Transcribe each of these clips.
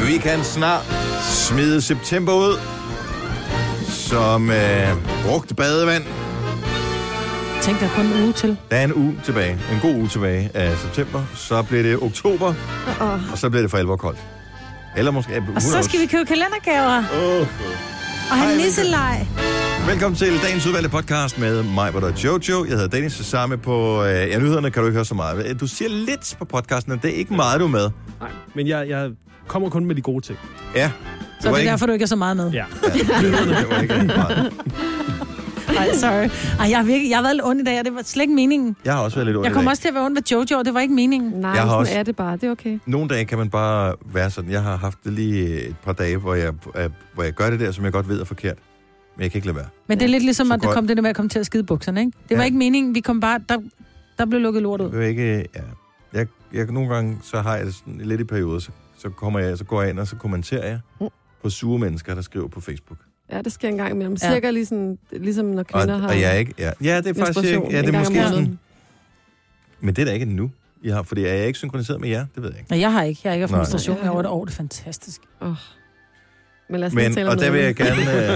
Vi kan snart smide september ud som brugt badevand. Tænk, der er kun en uge til. Der er en uge tilbage. En god uge tilbage af september. Så bliver det oktober, og så bliver det for alvor koldt. Eller måske... Og så skal vi købe kalendergaver. Og have nisseleg. Velkommen til dagens udvalgte podcast med mig, hvor der er Jojo. Jeg hedder Dennis, sammen på nyhederne kan du ikke høre så meget. Du siger lidt på podcasten, og det er ikke meget, du er med. Nej, men jeg kommer kun med de gode ting. Ja. Så det er derfor, du ikke er så meget med. Ja. Det var ikke meget. Nej, sorry. Ej, jeg har været lidt ond i dag, og det var slet ikke meningen. Jeg har også været lidt ond i dag. Jeg kommer også til at være ond ved Jojo, og det var ikke meningen. Nej, sådan også... er det bare. Det er okay. Nogle dage kan man bare være sådan. Jeg har haft det lige et par dage, hvor jeg gør det der, som jeg godt ved er forkert. Men jeg kan ikke lade være. Men det er lidt ligesom, at det kom det der med at komme til at skide bukserne, ikke? Det var ikke meningen. Vi kom bare... Der blev lukket lort ud. Det var ikke... Ja. Jeg nogle gange, så har jeg det sådan lidt i perioder, så går jeg ind, og så kommenterer jeg på sure mennesker, der skriver på Facebook. Ja, det sker en gang imellem. Cirka ligesom når kvinder har... Og jeg ikke... Ja, det er faktisk ikke... Ja, det er måske sådan... Men det er da ikke nu, jeg har, fordi er jeg ikke synkroniseret med jer? Det ved jeg ikke. Nej, jeg har ikke. Jeg har ikke haft menstruation i over et år. Det er fantastisk. Men lad os lige tale om og der vil jeg gerne...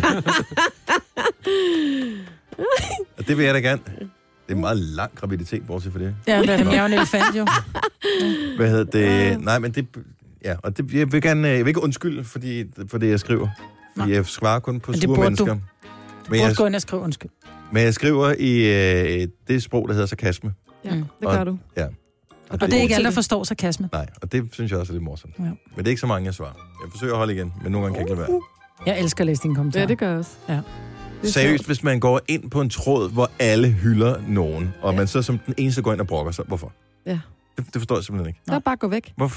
og det vil jeg da gerne... Det er en meget lang graviditet, bortset for det. Ja, det er det. Jeg er jo en elefant, jo. Hvad hedder det? Nej, men det... Ja, og det, jeg vil ikke undskylde for det, jeg skriver. Fordi jeg svarer kun på sure mennesker. Du burde gå ind og skrive undskyld. Men jeg skriver i det sprog, der hedder sarkasme. Ja, det gør du. Ja. Og det er ikke alle, der forstår sarkasme. Nej, og det synes jeg også er lidt morsomt. Ja. Men det er ikke så mange, jeg svarer. Jeg forsøger at holde igen, men nogle gange kan jeg ikke lade være. Jeg elsker at læse dine kommentarer. Ja, det gør jeg også. Ja. Seriøst, hvis man går ind på en tråd, hvor alle hylder nogen, og man så som den eneste går ind og brokker sig, hvorfor? Ja. Det forstår jeg simpelthen ikke. Så bare gå væk. Hvorfor?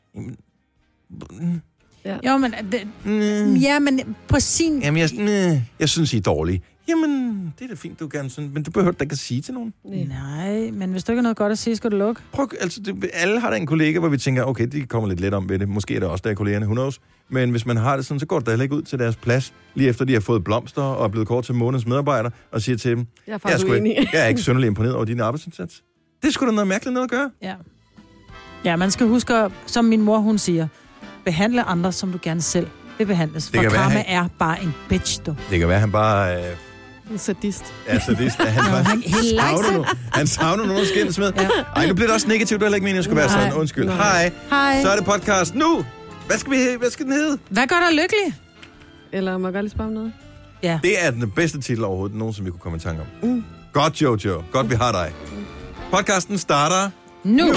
Ja. Jo, men... Ja, men på sin... Jamen, jeg synes, I er dårlige. Jamen, det er da fint, du gerne sådan, men du behøver da ikke at sige til nogen. Nej, men hvis du ikke har noget godt at sige, skal du lukke. Prøv, altså, alle har da en kollega, hvor vi tænker, okay, de kommer lidt let om ved det. Måske er det også der kollegerne, who knows. Men hvis man har det sådan, så går det da heller ikke ud til deres plads, lige efter de har fået blomster og er blevet kort til månedens medarbejder, og siger til dem, jeg er ikke synderligt imponeret over din arbejdsindsats. Det er sgu da noget mærkeligt noget at gøre. Ja. Ja, man skal huske, som min mor, hun siger, behandle andre, som du gerne selv vil behandles. For karma er bare en bitch, du. Det kan være, han bare... En sadist. Ja, sadist. Han savner nogen at skændes med. Ja. Ej, nu bliver det også negativt. Det er heller ikke meningen, at jeg skulle være sådan. Undskyld. Hej. Så er det podcast nu. Hvad skal den hedde? Hvad gør dig lykkelig? Eller må jeg godt lige spørge om noget? Ja. Det er den bedste titel overhovedet, nogen som vi kunne komme i tanke om. Godt, Jojo. Godt, vi har dig. Podcasten starter nu.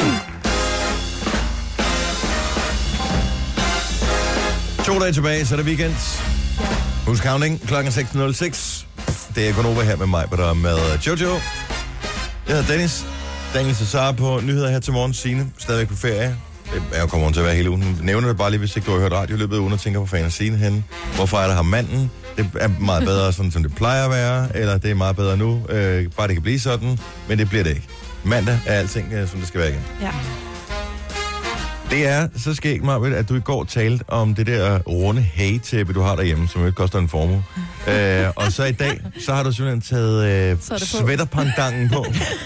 2 dage tilbage, så er det weekend. Husk counting, klokken 6.06. Det er Gonova her med mig, hvor der er med Jojo. Jeg hedder Dennis. Daniel Cesar på nyheder her til morgen. Signe, stadigvæk på ferie. Det er jo kommet til at være hele ugen. Jeg nævner det bare lige, hvis ikke du har hørt radio i løbet af ugen og tænker på fanden Signe henne. Hvorfor er der her manden? Det er meget bedre, sådan som det plejer at være. Eller det er meget bedre nu. Bare det kan blive sådan. Men det bliver det ikke. Mandag er alting, som det skal være igen. Ja. Det er så skægt, Marvind, at du i går talte om det der runde hay-tæppe, du har derhjemme, som jo ikke koster en formue. Og så i dag, så har du simpelthen taget sweaterpandangen på.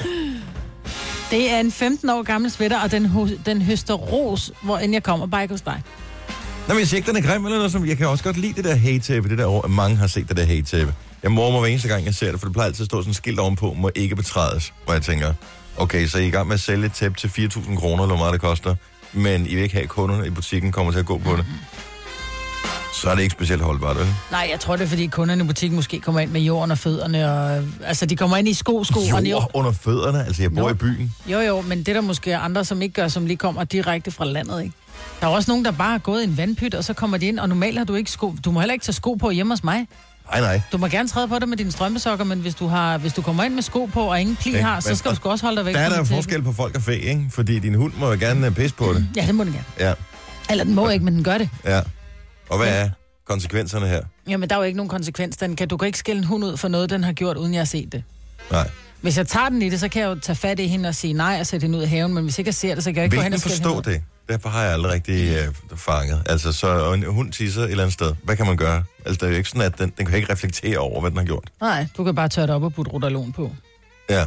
Det er en 15 år gammel sweater, og den høster ros, hvor end jeg kommer, bare ikke hos dig. Nå, men jeg siger ikke, den er grim eller noget som... Jeg kan også godt lide det der hay-tæppe, det der mange har set det der hay-tæppe. Jeg mormer hver eneste gang, jeg ser det, for det plejer altid at stå sådan en skilt ovenpå, må ikke betrædes, hvor jeg tænker, okay, så I er i gang med at sælge et tæppe til 4.000 kroner, eller hvor meget det koster, men I vil ikke have, at kunderne i butikken kommer til at gå på det. Så er det ikke specielt holdbart, vel? Nej, jeg tror det er, fordi kunderne i butikken måske kommer ind med jorden og fødderne, og altså de kommer ind i sko. Jord under fødderne? Altså, jeg bor i byen. Jo, men det er der måske andre, som ikke gør, som lige kommer direkte fra landet, ikke? Der er også nogen, der bare er gået i en vandpyt, og så kommer de ind, og normalt har du ikke sko. Du må heller ikke tage sko på hjemme hos mig. Nej. Du må gerne træde på det med dine strømpesokker, men hvis du kommer ind med sko på, og ingen pli har, så skal du sgu også holde dig væk. Der er der forskel på folk og fæ, ikke? Fordi din hund må jo gerne pisse på det. Ja, det må den gerne. Ja. Eller den må ikke, men den gør det. Ja. Og hvad er konsekvenserne her? Jamen, der er jo ikke nogen konsekvens. Du kan ikke skille en hund ud for noget, den har gjort, uden jeg har set det. Nej. Hvis jeg tager den i det, så kan jeg jo tage fat i hende og sige nej og sætte hende ud i haven, men hvis ikke jeg ser det, så kan jeg ikke gå hen og skille hende ud. Forstå det. Derfor har jeg aldrig rigtig fanget. Altså, så en hund tisser et eller andet sted. Hvad kan man gøre? Altså, det er jo ikke sådan, at den kan ikke reflektere over, hvad den har gjort. Nej, du kan bare tørre det op og putte Rotalon på. Ja.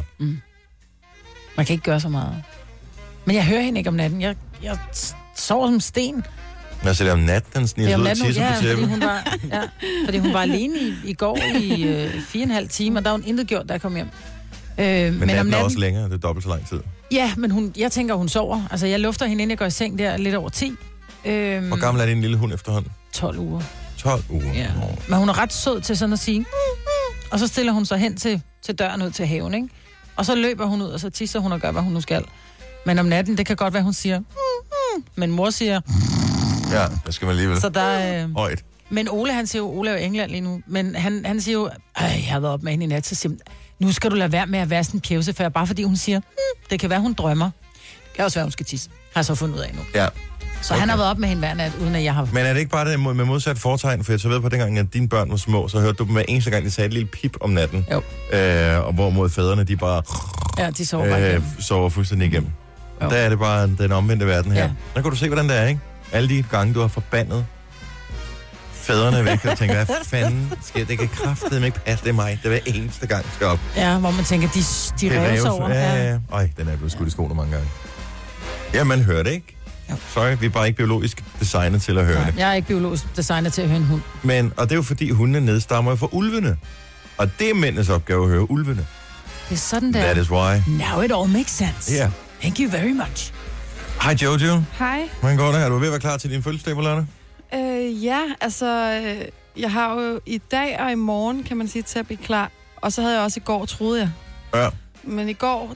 Man kan ikke gøre så meget. Men jeg hører hende ikke om natten. Jeg sover som sten. Nå, så det er om natten, den sniger ud og tisser på tæppet. Fordi hun var alene i går i 4,5 timer, og der har hun intet gjort, da jeg kom hjem. Men natten er også længere, det er dobbelt så lang tid. Ja, men jeg tænker, hun sover. Altså, jeg lufter hende, inden jeg går i seng der lidt over 10. Hvor gammel er din lille hund efterhånden? 12 uger. 12 uger? Ja. Men hun er ret sød til sådan at sige, og så stiller hun sig hen til døren ud til haven, ikke? Og så løber hun ud, og så tisser hun og gør, hvad hun nu skal. Men om natten, det kan godt være, hun siger, men mor siger... Ja, der skal man alligevel. Så der... Højt. Men Ole, han siger jo, Ole er jo i England lige nu, men han siger jo, jeg har været op med hende i nat, så siger nu skal du lade være med at være sådan en pjevsefærd, bare fordi hun siger, det kan være, hun drømmer. Det kan også være, hun skal tisse. Har jeg så fundet ud af nu. Ja. Så han har været op med hende hver nat, uden at jeg har... Men er det ikke bare det med modsat fortegn? For jeg så ved på dengang, at dine børn var små, så hørte du dem hver eneste gang, de sagde et lille pip om natten. Jo. Og hvorimod fædrene, de bare... Ja, de sover bare igennem. Sover fuldstændig igennem. Der er det bare den omvendte verden her. Ja. Nu kan du se, hvordan det er, ikke? Alle de gange, du har forbandet fædrene væk, og tænker, hvad fanden sker det? Kan kraftedeme ikke passe, det er mig. Det er hver eneste gang, skal op. Ja, hvor man tænker, de reves over. Ja. Øj, den er blevet skudt i skoene mange gange. Ja, man hører det ikke. Ja. Sorry, vi er bare ikke biologisk designet til at høre det. Jeg er ikke biologisk designet til at høre en hund. Men, og det er jo fordi, hundene nedstammer fra ulvene. Og det er mændenes opgave at høre ulvene. Det er sådan der. That is why. Now it all makes sense. Yeah. Thank you very much. Hej Jojo. Hej. Hvordan går det? Er du ved at være klar til din fødselsdag på lørdag? Ja, altså, jeg har jo i dag og i morgen, kan man sige, til at blive klar. Og så havde jeg også i går, troede jeg. Ja. Men i går,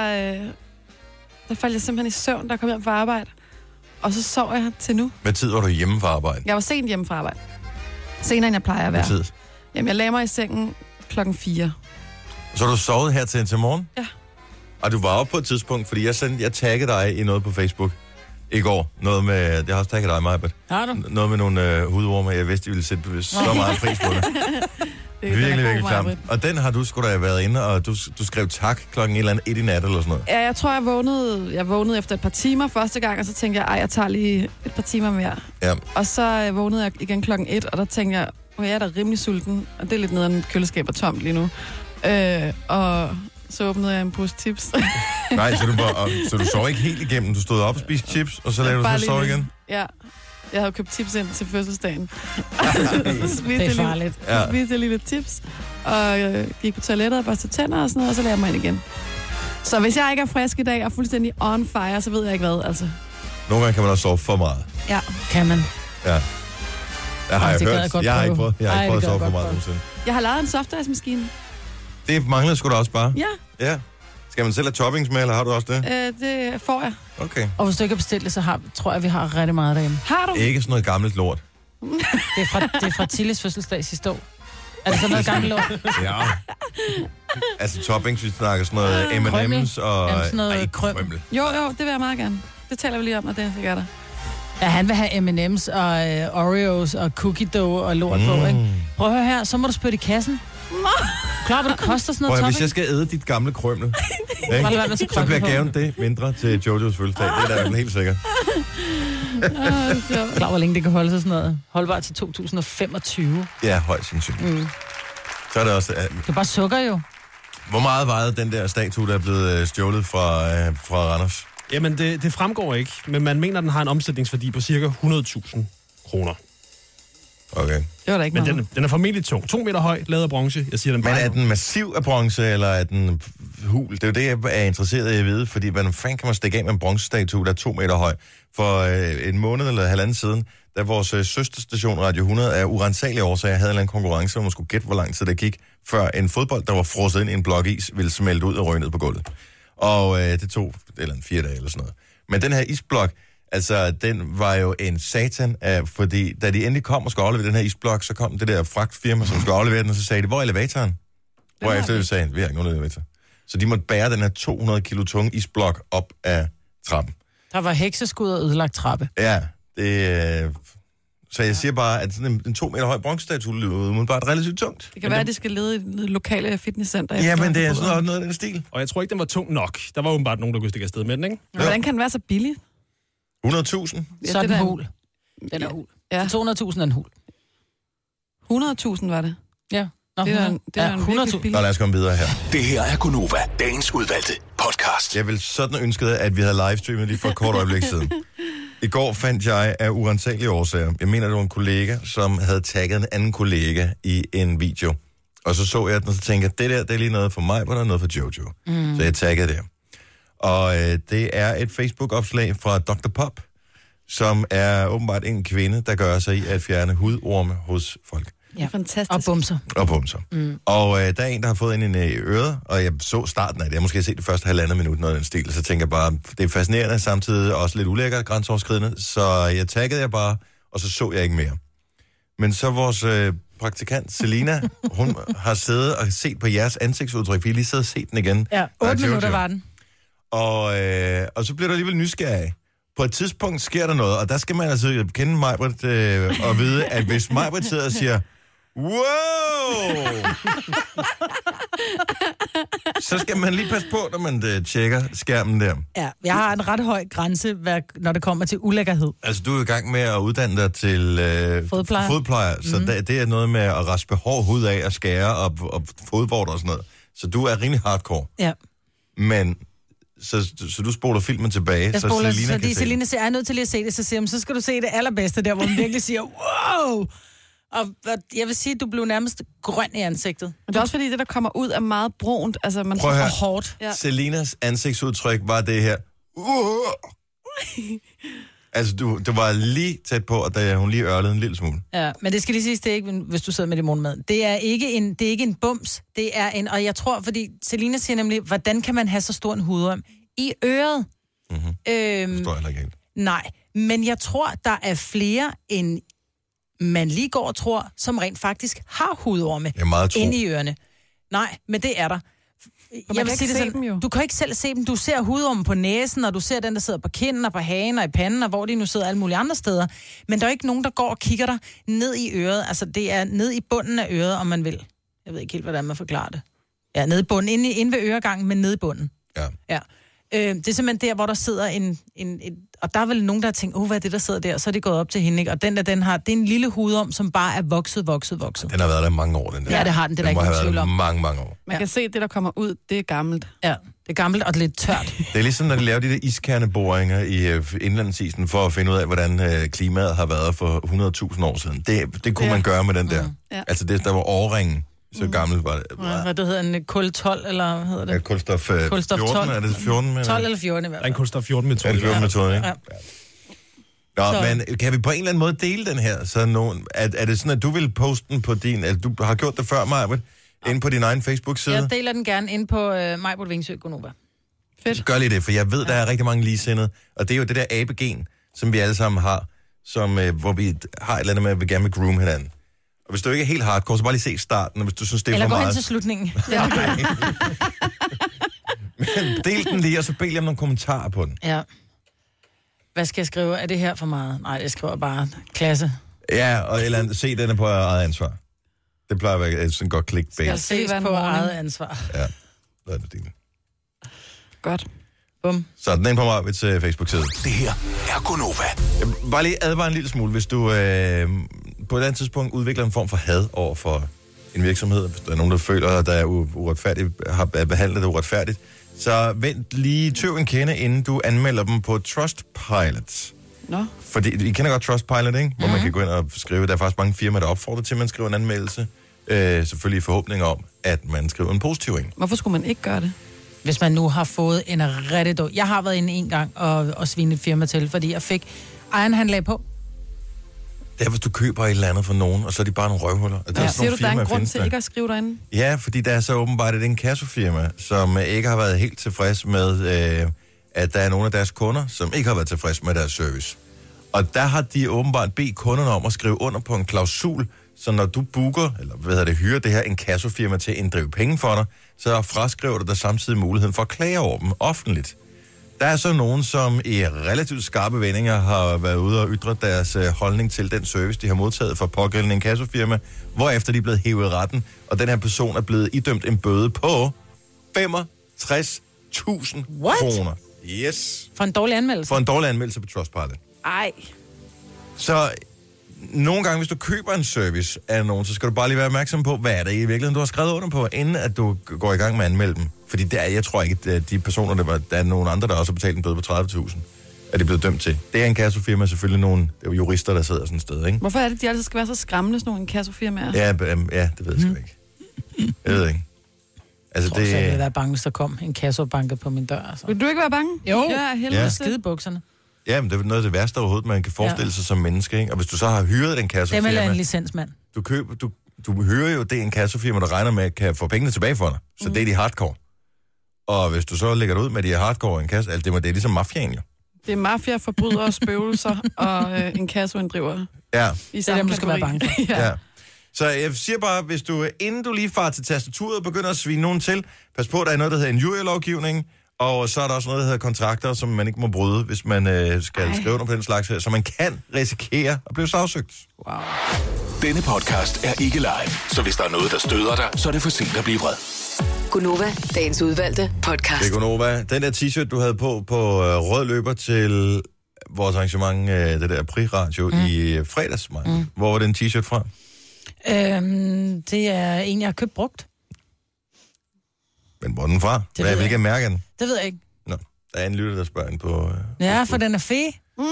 der faldt jeg simpelthen i søvn, der kom hjem fra arbejde. Og så sov jeg til nu. Hvad tid var du hjemme fra arbejde? Jeg var sent hjemme fra arbejde. Senere, end jeg plejer at være. Hvad tid? Jamen, jeg lagde mig i sengen 4:00. Så har du sovet her til morgen? Ja. Og du var oppe på et tidspunkt, fordi jeg taggede dig i noget på Facebook i går. Noget med, jeg har også tagget dig, Majbert. Har du? Noget med nogle hudormer, jeg vidste, I ville sætte så meget pris på det. Virkelig klamt. Og den har du sgu da været inde, og du skrev tak klokken 1 i nat eller sådan noget. Ja, jeg tror, jeg vågnede efter et par timer første gang, og så tænkte jeg tager lige et par timer mere. Ja. Og så vågnede jeg igen klokken 1, og der tænkte jeg, jeg er da rimelig sulten, og det er lidt nede, at køleskab er tomt lige nu. Og så åbnede jeg en pose chips. Nej, så du sov ikke helt igennem. Du stod op og spiste chips, og så lavede du så sove igen? Ja. Jeg havde købt chips ind til fødselsdagen. Det er farligt. Så spiste jeg lige lidt chips, og gik på toilettet og børste tænder og sådan noget, og så lavede jeg mig ind igen. Så hvis jeg ikke er frisk i dag og fuldstændig on fire, så ved jeg ikke hvad, altså. Nogle gange kan man også sove for meget. Ja. Kan man? Ja. Jeg har hørt. Jeg har ikke prøvet at sove for meget nogensinde. Jeg har lavet en softice-maskine. Det manglede sgu da også bare. Ja. Ja. Skal man selv have toppings med, eller har du også det? Det får jeg. Okay. Og hvis du ikke har bestilt det, så tror jeg, vi har rigtig meget derhjemme. Har du? Ikke sådan noget gammelt lort. Det er fra Tilles fødselsdag sidste år. Er det sådan noget gammelt lort? Ja. Altså toppings, vi snakker sådan noget M&M's og... sådan noget ikke krømmel. Jo, det vil jeg meget gerne. Det taler vi lige om, når det gør der. Ja, han vil have M&M's og Oreos og cookie dough og lort på, ikke? Prøv at høre her, så må du spytte i kassen. Klar, hvad det koster sådan noget topping? Hvis jeg skal æde dit gamle krømmel, så bliver gaven det mindre til Jojos fødselsdag. Det er da helt sikkert. Klar, hvor længe det kan holde sig sådan noget. Holdbart til 2025. Ja, højst sandsynligt. Så er det også... Det er bare sukker jo. Hvor meget vejede den der statue, der er blevet stjålet fra Randers? Jamen, det fremgår ikke, men man mener, den har en omsætningsværdi på cirka 100.000 kroner. Okay. Det var da ikke men meget. Den er formentlig tung. 2 meter høj, lavet af bronze. Jeg siger, den men er den massiv af bronze, eller er den hul? Det er jo det, jeg er interesseret i at vide, fordi hvordan fanden kan man stikke af med en bronzestatue, der er 2 meter høj? For en måned eller halvanden siden, da vores søsterstation Radio 100 af urensagelige årsager havde en eller anden konkurrence, hvor man skulle gætte, hvor lang tid det gik, før en fodbold, der var frosset ind i en blok is, ville smelte ud og ryge ned på gulvet. Og det tog 4 dage eller sådan noget. Men den her isblok, altså, den var jo en satan, fordi da de endelig kom og skulle aflevere den her isblok, så kom det der fragtfirma, som skulle aflevere den, og så sagde de, hvor er elevatoren? Hvorefter de sagde, vi har ikke nogen elevator. Så de måtte bære den her 200 kilo tunge isblok op af trappen. Der var hekseskud og ødelagt trappe. Ja, så jeg siger bare, at sådan en 2 meter høj bronzestatue lyder bare relativt tungt. Det kan være, at de skal lede i det lokale fitnesscenter. Ja, men det er sådan noget af den stil. Og jeg tror ikke, den var tung nok. Der var åbenbart nogen, der kunne stikke afsted med den, ikke? Hvordan kan den være så billig? 100.000? Ja, så er den hul. Den er hul. Ja. 200.000 er en hul. 100.000 var det? Ja. Nå, det er 100.000. Nå, lad os komme videre her. Det her er Gonova, dagens udvalgte podcast. Jeg ville sådan ønske, at vi havde livestreamet lige for et kort øjeblik siden. I går fandt jeg af urensagelige årsager. Jeg mener, det var en kollega, som havde tagget en anden kollega i en video. Og så jeg den, og så tænkte jeg, det er lige noget for mig, hvor der er noget for Jojo. Så jeg taggede det. Og det er et Facebook-opslag fra Dr. Pop, som er åbenbart en kvinde, der gør sig i at fjerne hudorme hos folk. Ja, fantastisk. Og bumser. Og der er en, der har fået en i øret, og jeg så starten af det. Jeg måske set det første 1,5 minut, noget af den stil. Så tænker jeg bare, det er fascinerende, samtidig også lidt ulækkert, grænseoverskridende. Så jeg taggede jeg bare, og så jeg ikke mere. Men så vores praktikant, Selina, hun har siddet og set på jeres ansigtsudtryk. Vi har lige siddet og set den igen. Ja, 8 minutter var den. Og så bliver der alligevel nysgerrig. På et tidspunkt sker der noget, og der skal man altså kende Majbert og vide, at hvis Majbert sidder og siger, wow! Så skal man lige passe på, når man tjekker skærmen der. Ja, jeg har en ret høj grænse, når det kommer til ulækkerhed. Altså, du er i gang med at uddanne dig til fodplejer, så det er noget med at raspe hård hud af og skære og fodvorter og sådan noget. Så du er rimelig hardcore. Ja. Men så du spoler filmen tilbage, jeg spoler, så Selina kan se Selina siger, jeg er nødt til lige at se det, så siger hun, så skal du se det allerbedste der, hvor hun virkelig siger, wow! Og jeg vil sige, at du blev nærmest grøn i ansigtet. Men det er også fordi, det, der kommer ud, er meget brunt. Altså, man Prøv at høre. Hårdt. Ja. Selinas ansigtsudtryk var det her. Altså, du var lige tæt på, at hun lige ørlede en lille smule. Ja, men det skal lige siges, det er ikke, hvis du sidder med det morgenmad. Det er ikke en bums, det er en, og jeg tror, fordi Selina siger nemlig, hvordan kan man have så stor en hudorm? I øret. Forstår jeg ikke helt. Nej, men jeg tror, der er flere end man lige går og tror, som rent faktisk har hudorme inde i ørerne. Nej, men det er der. Jeg vil sige det sådan, du kan ikke selv se dem. Du ser hudormen på næsen, og du ser den, der sidder på kinden og på hagen og i panden, og hvor de nu sidder alle mulige andre steder. Men der er ikke nogen, der går og kigger dig ned i øret. Altså, det er ned i bunden af øret, om man vil. Jeg ved ikke helt, hvordan man forklarer det. Ja, nede i bunden. Inde ved øregangen, men nede i bunden. Ja. Det er simpelthen der, hvor der sidder og der er vel nogen, der har tænkt, hvad er det, der sidder der? Så er det gået op til hende, ikke? Og det er en lille hudorm, som bare er vokset. Den har været der mange år, den der. Ja, det har den. Det er der ikke nogen tvivl om. Mange år. Man kan se, at det, der kommer ud, det er gammelt. Ja, det er gammelt og lidt tørt. Det er ligesom, når de laver de der iskerneboringer i indlandsisen, for at finde ud af, hvordan klimaet har været for 100.000 år siden. Det kunne man gøre med den der. Ja. Altså, det, der var årringen. Så gammelt var det. Hvad det hedder, en kul 12, eller hvad hedder det? Ja, kulstof 14, 12. Er det 14? 12 eller 14 i hvert fald. En kulstof 14-metode. Ja, 14-metode, ikke? Ja. Nå, men kan vi på en eller anden måde dele den her? Så er det sådan, at du vil poste den på din... Altså, du har gjort det før, Majbert, inde på din egen Facebook-side? Jeg deler den gerne ind på Majbert Vingsø Gonova. Fedt. Gør lige det, for jeg ved, der er rigtig mange ligesindede. Og det er jo det der abegen, som vi alle sammen har, hvor vi har et eller andet med, at vi gerne vil groom hinanden. Og hvis du ikke er helt hardcore, så bare lige se starten, og hvis du synes, det er eller for meget... Eller gå hen til slutningen. Men del den lige, og så bed lige om nogle kommentarer på den. Ja. Hvad skal jeg skrive? Er det her for meget? Nej, jeg skriver bare klasse. Ja, og eller andet, se den på eget ansvar. Det plejer at være sådan godt clickbait. Skal ses på eget ansvar. Ja, hvad er det din? Godt. Bum. Så den ind på mig til Facebook-side. Det her er Gonova. Bare lige advare en lille smule, hvis du på et andet tidspunkt udvikler en form for had over for en virksomhed, hvis der er nogen, der føler, at der er uretfærdigt, har behandlet det uretfærdigt, så vent lige tøv en kende, inden du anmelder dem på Trustpilot. Nå. Fordi, I kender godt Trustpilot, ikke? Hvor man kan gå ind og skrive, der er faktisk mange firmaer, der opfordrer til, at man skriver en anmeldelse. Selvfølgelig i forhåbning om, at man skriver en positiv en. Hvorfor skulle man ikke gøre det? Hvis man nu har fået en rigtig dårlig... Jeg har været inde en gang og svinet et firma til, fordi jeg fik ejeren, han lagde på. Det er, hvis du køber et eller andet for nogen, og så er de bare nogle røvhuller. Ja. Siger du, der er en grund til ikke at skrive derinde? Ja, fordi der er så åbenbart et inkassofirma, som ikke har været helt tilfreds med, at der er nogle af deres kunder, som ikke har været tilfreds med deres service. Og der har de åbenbart bedt kunderne om at skrive under på en klausul, så når du booker, eller hyrer det her inkassofirma til at inddrive penge for dig, så fraskriver du dig samtidig muligheden for at klage over dem offentligt. Der er så nogen, som i relativt skarpe vendinger har været ude og ytre deres holdning til den service, de har modtaget fra pågældende inkassofirma, hvorefter de er blevet hævet i retten, og den her person er blevet idømt en bøde på 65.000 kroner. Yes. For en dårlig anmeldelse? For en dårlig anmeldelse på Trustpilot. Ej. Så nogle gange, hvis du køber en service af nogen, så skal du bare lige være opmærksom på, hvad er det i virkeligheden, du har skrevet under på, inden at du går i gang med at anmelde dem. Fordi jeg tror ikke, at de personer, der er nogen andre, der også har betalt en bøde på 30.000. er de blevet dømt til. Det er en inkassofirma, selvfølgelig nogle det er jo jurister, der sidder sådan et sted, ikke? Hvorfor er det, de altid skal være så skræmmende, sådan nogle inkassofirmaer? Ja, det ved jeg sgu ikke. Jeg ved ikke. Altså, Jeg tror, jeg ville være bange, hvis der kom en kassobanke på min dør. Altså. Vil du ikke være bange? Jo. Ja, helvede. Ja. Skidebukserne. Ja, men det er noget af det værste overhovedet, man kan forestille sig som menneske, ikke? Og hvis du så har hyret en Dem eller en inkassofirma, licensmand. du hyrer jo det inkassofirma, der regner med, at kan få pengene tilbage for dig. Så det er de hardcore. Og hvis du så lægger det ud med de her hardcore inkasso, altså det er ligesom mafiaen jo. Det er mafia, forbrydere, spøgelser og inkassoinddrivere. Ja. I Det er dem, du skal være bange for. Ja. Så jeg siger bare, hvis du, inden du lige farer til tastaturet og begynder at svine nogen til, pas på, der er noget, der hedder en jurylovgivning, og så er der også noget, der hedder kontrakter, som man ikke må bryde, hvis man skal skrive under på den slags her, så man kan risikere at blive sagsøgt. Wow. Denne podcast er ikke live, så hvis der er noget, der støder dig, så er det for sent at blive vred. Gunova, dagens udvalgte podcast. Det er Gunova. Den der t-shirt, du havde på rød løber til vores arrangement, det der Pri-radio i fredags, Hvor var den t-shirt fra? Det er en, jeg har købt brugt. Men hvor er den fra? Hvilken mærke er den? Det ved jeg ikke. Nå, der er en lytter, der spørger ind på... Ja, for den er fed.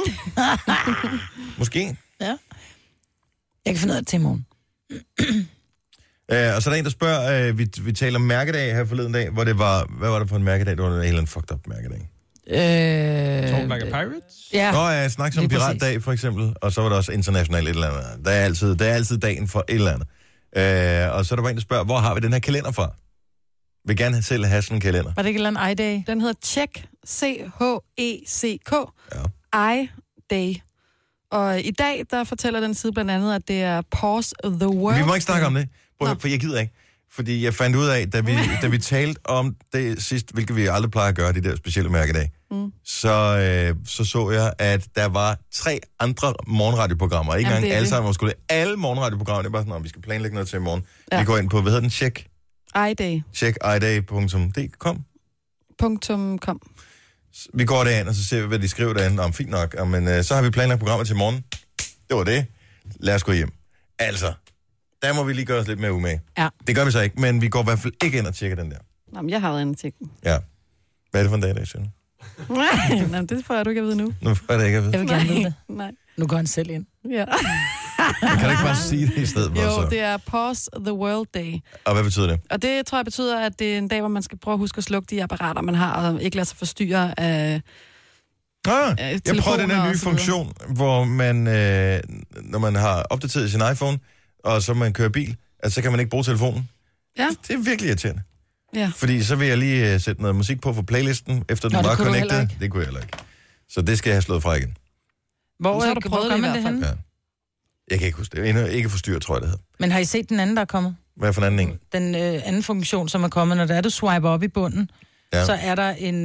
Måske. Ja. Jeg kan finde ud af det til i morgen. Og så er der en, der spørger, vi taler om mærkedag her forleden dag, hvor det var... Hvad var det på en mærkedag? Det var en helt anden fucked up mærkedag. Talk like a pirate? Ja. Nå, jeg snakker som Lige piratdag, for eksempel. Og så var der også internationalt et eller andet. Der er altid dagen for et eller andet. Og så er der bare en, der spørger, hvor har vi den her kalender fra? Vil gerne selv have sådan en kalender. Var det ikke et eller andet I-day? Den hedder Check, C-H-E-C-K, Ja. I-Day. Og i dag, der fortæller den side blandt andet, at det er Pause the World. Vi må ikke snakke om det, for jeg gider ikke. Fordi jeg fandt ud af, da vi talte om det sidst, hvilket vi aldrig plejer at gøre, de der specielle mærkedage, så jeg, at der var 3 andre morgenradioprogrammer. Ikke engang alle sammen, skulle alle morgenradioprogrammer, det er bare sådan, vi skal planlægge noget til i morgen. Ja. Vi går ind på, hvad hedder den? Check iday.com. .com. Vi går derind, og så ser vi, hvad de skriver derinde. Fint nok. Men så har vi planlagt programmer til morgen. Det var det. Lad os gå hjem. Altså, der må vi lige gøre os lidt mere umage. Ja. Det gør vi så ikke, men vi går i hvert fald ikke ind og tjekker den der. Nå, men jeg har været inde og tjekke den. Ja. Hvad er det for en dag, Søren? Nej, det får jeg du ikke at vide nu. Nu får jeg det ikke at vide. Jeg vil gerne vide det. Nej. Nu går han selv ind. Ja. Kan du ikke bare sige det i stedet for? Jo, så? det er Pause the World Day. Og hvad betyder det? Og det tror jeg betyder, at det er en dag, hvor man skal prøve at huske at slukke de apparater, man har, og ikke lade sig forstyrre af Jeg prøvede den her nye funktion, hvor man, når man har opdateret sin iPhone, og så man kører bil, altså, så kan man ikke bruge telefonen. Ja. Det er virkelig irriterende. Ja. Fordi så vil jeg lige sætte noget musik på playlisten, efter den var connected. Det kunne jeg heller ikke. Så det skal jeg have slået fra igen. Hvor gør man det henne? Ja. Jeg kan ikke huske det. Ikke forstyrre, tror jeg, det hedder. Men har I set den anden, der er kommet? Hvad for en anden en? Den anden funktion, som er kommet, når du swiper op i bunden, så er der en...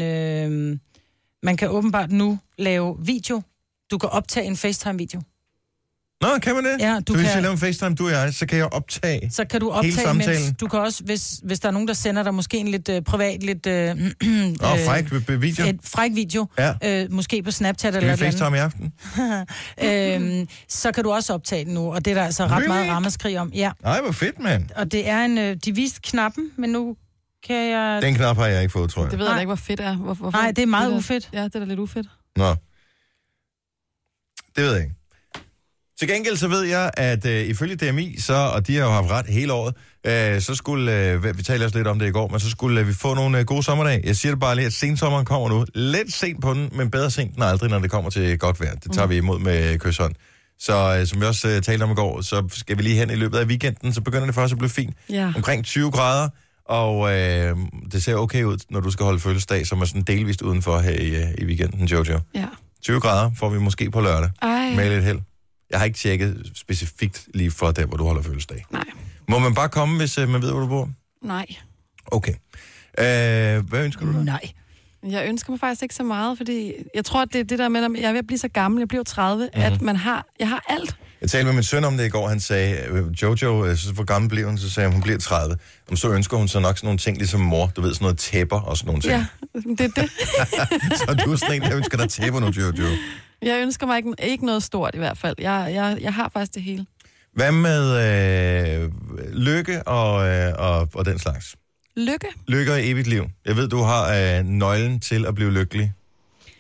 man kan åbenbart nu lave video. Du kan optage en FaceTime-video. Nå, kan man det? Ja, hvis jeg laver en FaceTime, du og jeg, så kan jeg optage. Så kan du optage, mens du kan også, hvis der er nogen, der sender dig måske en lidt privat, lidt... fræk video. Et fræk video, måske på Snapchat skal eller vi FaceTime i aften? Så kan du også optage den nu, og det er der altså ret meget ramaskrig om. Ja. Nej, hvor fedt, mand. Og det er en... de viste knappen, men nu kan jeg... Den knap har jeg ikke fået, tror jeg. Det ved jeg ikke, hvor fedt er. Hvorfor? Nej, det er meget ufedt. Ja, det er da lidt ufedt. Nå. Det ved jeg ikke. Til gengæld så ved jeg, at ifølge DMI, og de har jo haft ret hele året, så skulle, vi talte også lidt om det i går, men så skulle vi få nogle gode sommerdage. Jeg siger det bare lige, at sensommeren kommer nu. Lidt sent på den, men bedre sent end aldrig, når det kommer til godt vejr. Det tager vi imod med kyshånd. Så som vi også talte om i går, så skal vi lige hen i løbet af weekenden, så begynder det først at blive fint. Ja. Omkring 20 grader, og det ser okay ud, når du skal holde fødselsdag, som er sådan delvist udenfor her i weekenden, Jojo. Ja. 20 grader får vi måske på lørdag. Ej. Med lidt held. Jeg har ikke tjekket specifikt lige for der, hvor du holder fødselsdag. Nej. Må man bare komme, hvis man ved, hvor du bor? Nej. Okay. Hvad ønsker du dig? Nej. Jeg ønsker mig faktisk ikke så meget, fordi jeg tror, at det er det der med, at jeg er ved at blive så gammel, jeg bliver 30, at jeg har alt. Jeg talte med min søn om det i går, han sagde, Jojo, hvor gammel bliver hun? Så sagde hun bliver 30. Og så ønsker hun så nok sådan nogle ting, ligesom mor, du ved, sådan noget tæpper og sådan nogle ting. Ja, det er det. Så du er sådan en, der ønsker dig tæpper nu, Jojo. Jeg ønsker mig ikke noget stort i hvert fald. Jeg har faktisk det hele. Hvad med lykke og den slags? Lykke? Lykke og evigt liv. Jeg ved, du har nøglen til at blive lykkelig.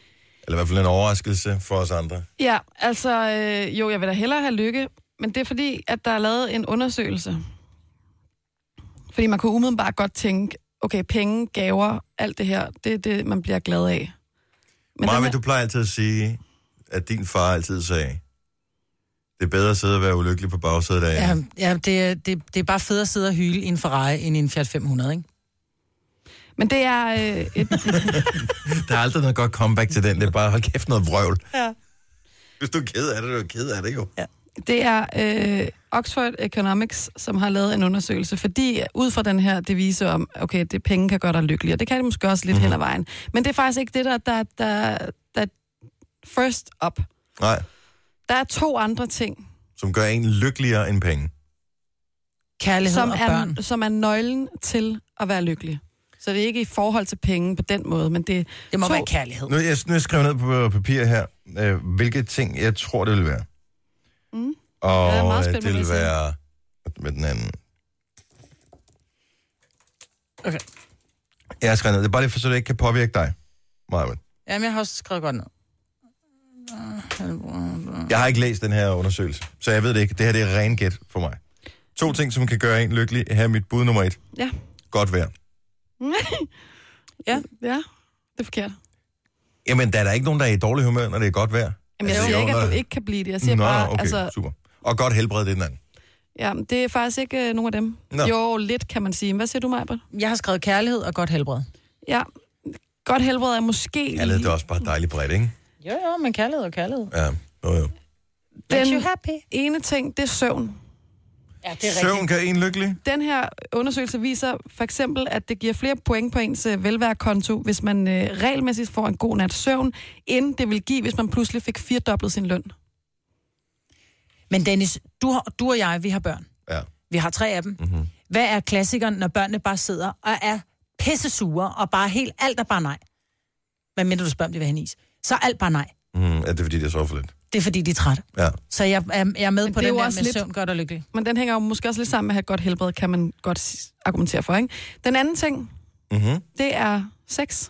Eller i hvert fald en overraskelse for os andre. Ja, altså, jeg vil da hellere have lykke, men det er fordi, at der er lavet en undersøgelse. Fordi man kunne umiddelbart godt tænke, okay, penge, gaver, alt det her, det er det, man bliver glad af. Men Maja, du plejer altid at sige, at din far altid sagde, det er bedre at sidde og være ulykkelig på bagsædet af. Ja, det er bare fedt at sidde og hyle i en Ferrari end i en Fiat 500, ikke? Men det er Der er aldrig noget godt comeback til den. Det er bare, hold kæft, noget vrøvl. Ja. Hvis du er ked af det, du er ked af det jo. Ja. Det er Oxford Economics, som har lavet en undersøgelse, fordi ud fra den her devise om, okay, det penge kan gøre dig lykkelig, og det kan det måske også lidt hen ad vejen. Men det er faktisk ikke det, der first up. Nej, Der er 2 andre ting, som gør en lykkeligere end penge. Kærlighed og børn. som er nøglen til at være lykkelig. Så det er ikke i forhold til penge på den måde, men det Det må være kærlighed. Nu er jeg skrevet ned på papir her, hvilke ting jeg tror, det vil være. Mm. Og Jeg er meget spændt på, det vil hvad I siger. være med den anden. Okay. Jeg har skrevet ned. Det er bare lige for, så det ikke kan påvirke dig, Maja. Jamen, jeg har også skrevet godt ned. Jeg har ikke læst den her undersøgelse, så jeg ved det ikke. Det her det er ren gæt for mig. 2 ting, som kan gøre en lykkelig. Her er mit bud nummer 1. Ja. Godt vejr. Ja, det er forkert. Jamen, der er der ikke nogen, der er i dårlig humør, når det er godt vejr. Jamen, jeg siger ikke, at du ikke kan blive det. Jeg siger Nå, bare, okay, altså, super. Og godt helbred, det er den anden. ja, det er faktisk ikke nogen af dem. Nå. Jo, lidt kan man sige. Hvad siger du, Majbert? Jeg har skrevet kærlighed og godt helbred. Ja, godt helbred er måske... Kærlighed, det er også bare dejligt bredt, ikke? Jo, men kærlighed og kærlighed. Ja, jo. Makes Den you happy. ene ting, det er søvn. Ja, det er Søvn rigtigt. kan en lykkelig. Den her undersøgelse viser for eksempel, at det giver flere point på ens velværekonto, hvis man regelmæssigt får en god nats søvn, end det vil give, hvis man pludselig fik 4-doblet sin løn. Men Dennis, du og jeg, vi har børn. Ja. Vi har 3 af dem. Mm-hmm. Hvad er klassikeren, når børnene bare sidder og er pissesure, og bare helt alt er bare nej? Hvad mindre du spørger, om de vil have en is? Så er alt bare nej. Ja, det er fordi, det er så for lidt. Det er fordi, de er trætte. Ja. Så jeg er med på det er den jo der også med lidt- søvn gør dig lykkelig. Men den hænger jo måske også lidt sammen med at have et godt helbred, kan man godt argumentere for, ikke? Den anden ting, det er sex.